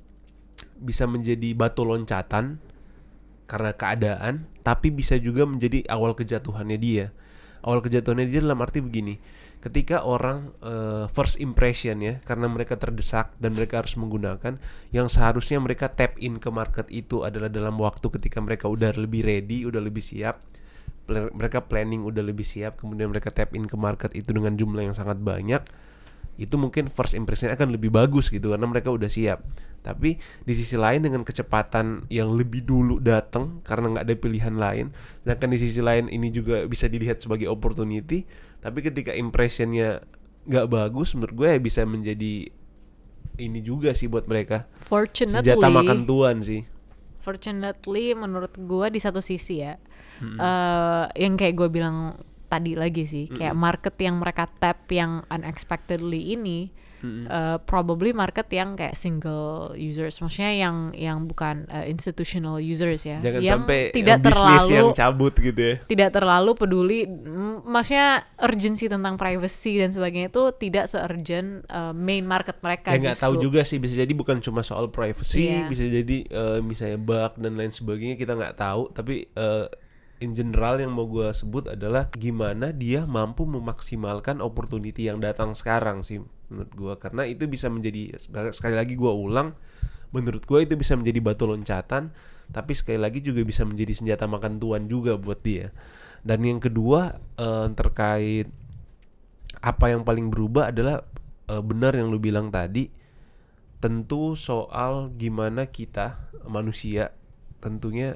bisa menjadi batu loncatan karena keadaan, tapi bisa juga menjadi awal kejatuhannya dia. Awal kejatuhannya dia dalam arti begini, ketika orang uh, first impression ya, karena mereka terdesak dan mereka harus menggunakan, yang seharusnya mereka tap in ke market itu adalah dalam waktu ketika mereka udah lebih ready, udah lebih siap, mereka planning udah lebih siap, kemudian mereka tap in ke market itu dengan jumlah yang sangat banyak. itu mungkin first impression akan lebih bagus gitu karena mereka udah siap. Tapi di sisi lain dengan kecepatan yang lebih dulu datang karena nggak ada pilihan lain, sedangkan di sisi lain ini juga bisa dilihat sebagai opportunity. Tapi ketika impressionnya nggak bagus, menurut gue ya bisa menjadi ini juga sih buat mereka. Fortunately, senjata makan tuan sih. Fortunately menurut gue di satu sisi ya, Mm-mm. uh, yang kayak gue bilang tadi lagi sih, kayak Mm-mm. market yang mereka tap yang unexpectedly ini, uh, probably market yang kayak single users, maksudnya yang yang bukan uh, institutional users ya, Jangan yang sampai tidak bisnis terlalu yang cabut gitu ya. tidak terlalu peduli, m- maksudnya urgency tentang privacy dan sebagainya itu tidak se-urgent uh, main market mereka. Ya nggak tahu justru. juga sih, bisa jadi bukan cuma soal privacy, Iya. bisa jadi uh, misalnya bug dan lain sebagainya, kita nggak tahu. Tapi uh, in general yang mau gue sebut adalah gimana dia mampu memaksimalkan opportunity yang datang sekarang sih menurut gue, karena itu bisa menjadi, sekali lagi gue ulang, menurut gue itu bisa menjadi batu loncatan, tapi sekali lagi juga bisa menjadi senjata makan tuan juga buat dia. Dan yang kedua uh, terkait apa yang paling berubah adalah uh, benar yang lu bilang tadi, tentu soal gimana kita manusia tentunya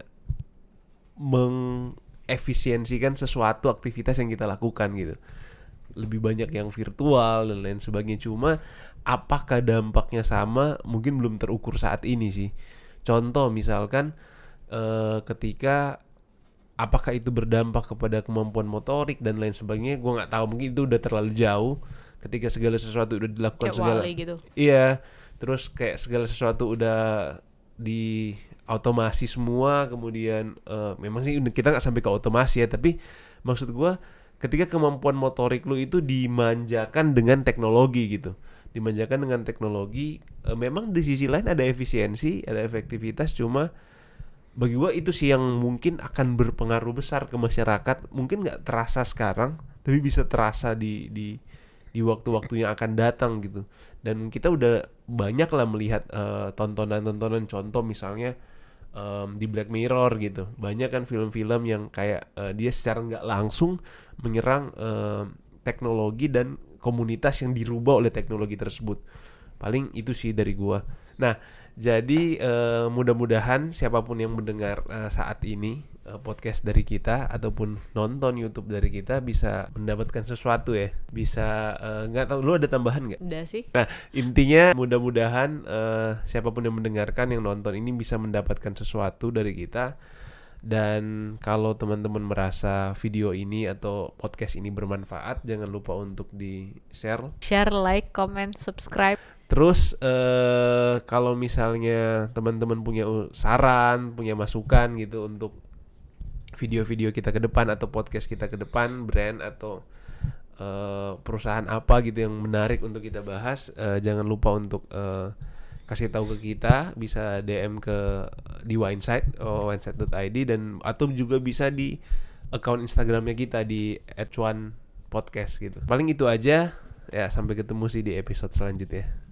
mengefisiensikan sesuatu aktivitas yang kita lakukan gitu. Lebih banyak yang virtual dan lain sebagainya. Cuma apakah dampaknya sama mungkin belum terukur saat ini sih. Contoh misalkan eh, ketika apakah itu berdampak kepada kemampuan motorik dan lain sebagainya, gue nggak tahu, mungkin itu udah terlalu jauh. Ketika segala sesuatu udah dilakukan Kayak segala, Wall-E gitu. iya, terus kayak segala sesuatu udah di otomasi semua, kemudian uh, memang sih kita nggak sampai ke otomasi ya, tapi maksud gue ketika kemampuan motorik lu itu dimanjakan dengan teknologi gitu, dimanjakan dengan teknologi, uh, memang di sisi lain ada efisiensi, ada efektivitas, cuma bagi gue itu sih yang mungkin akan berpengaruh besar ke masyarakat. Mungkin nggak terasa sekarang, tapi bisa terasa di di di waktu-waktu yang akan datang gitu. Dan kita udah banyak lah melihat uh, tontonan-tontonan, contoh misalnya um, di Black Mirror gitu. Banyak kan film-film yang kayak uh, dia secara nggak langsung menyerang uh, teknologi dan komunitas yang dirubah oleh teknologi tersebut. Paling itu sih dari gua. Nah, jadi uh, mudah-mudahan siapapun yang mendengar uh, saat ini uh, podcast dari kita ataupun nonton YouTube dari kita bisa mendapatkan sesuatu ya. Bisa nggak uh, tahu, lu ada tambahan nggak? Udah sih. Nah, intinya mudah-mudahan uh, siapapun yang mendengarkan, yang nonton ini bisa mendapatkan sesuatu dari kita. Dan kalau teman-teman merasa video ini atau podcast ini bermanfaat, jangan lupa untuk di-share. Share, like, comment, subscribe. Terus uh, kalau misalnya teman-teman punya saran, punya masukan gitu untuk video-video kita ke depan atau podcast kita ke depan, brand atau uh, perusahaan apa gitu yang menarik untuk kita bahas, uh, jangan lupa untuk uh, kasih tahu ke kita, bisa D M ke di Wineside oh, wineside dot i d dan atau juga bisa di account Instagramnya kita di at one podcast gitu. Paling itu aja ya, sampai ketemu sih di episode selanjutnya.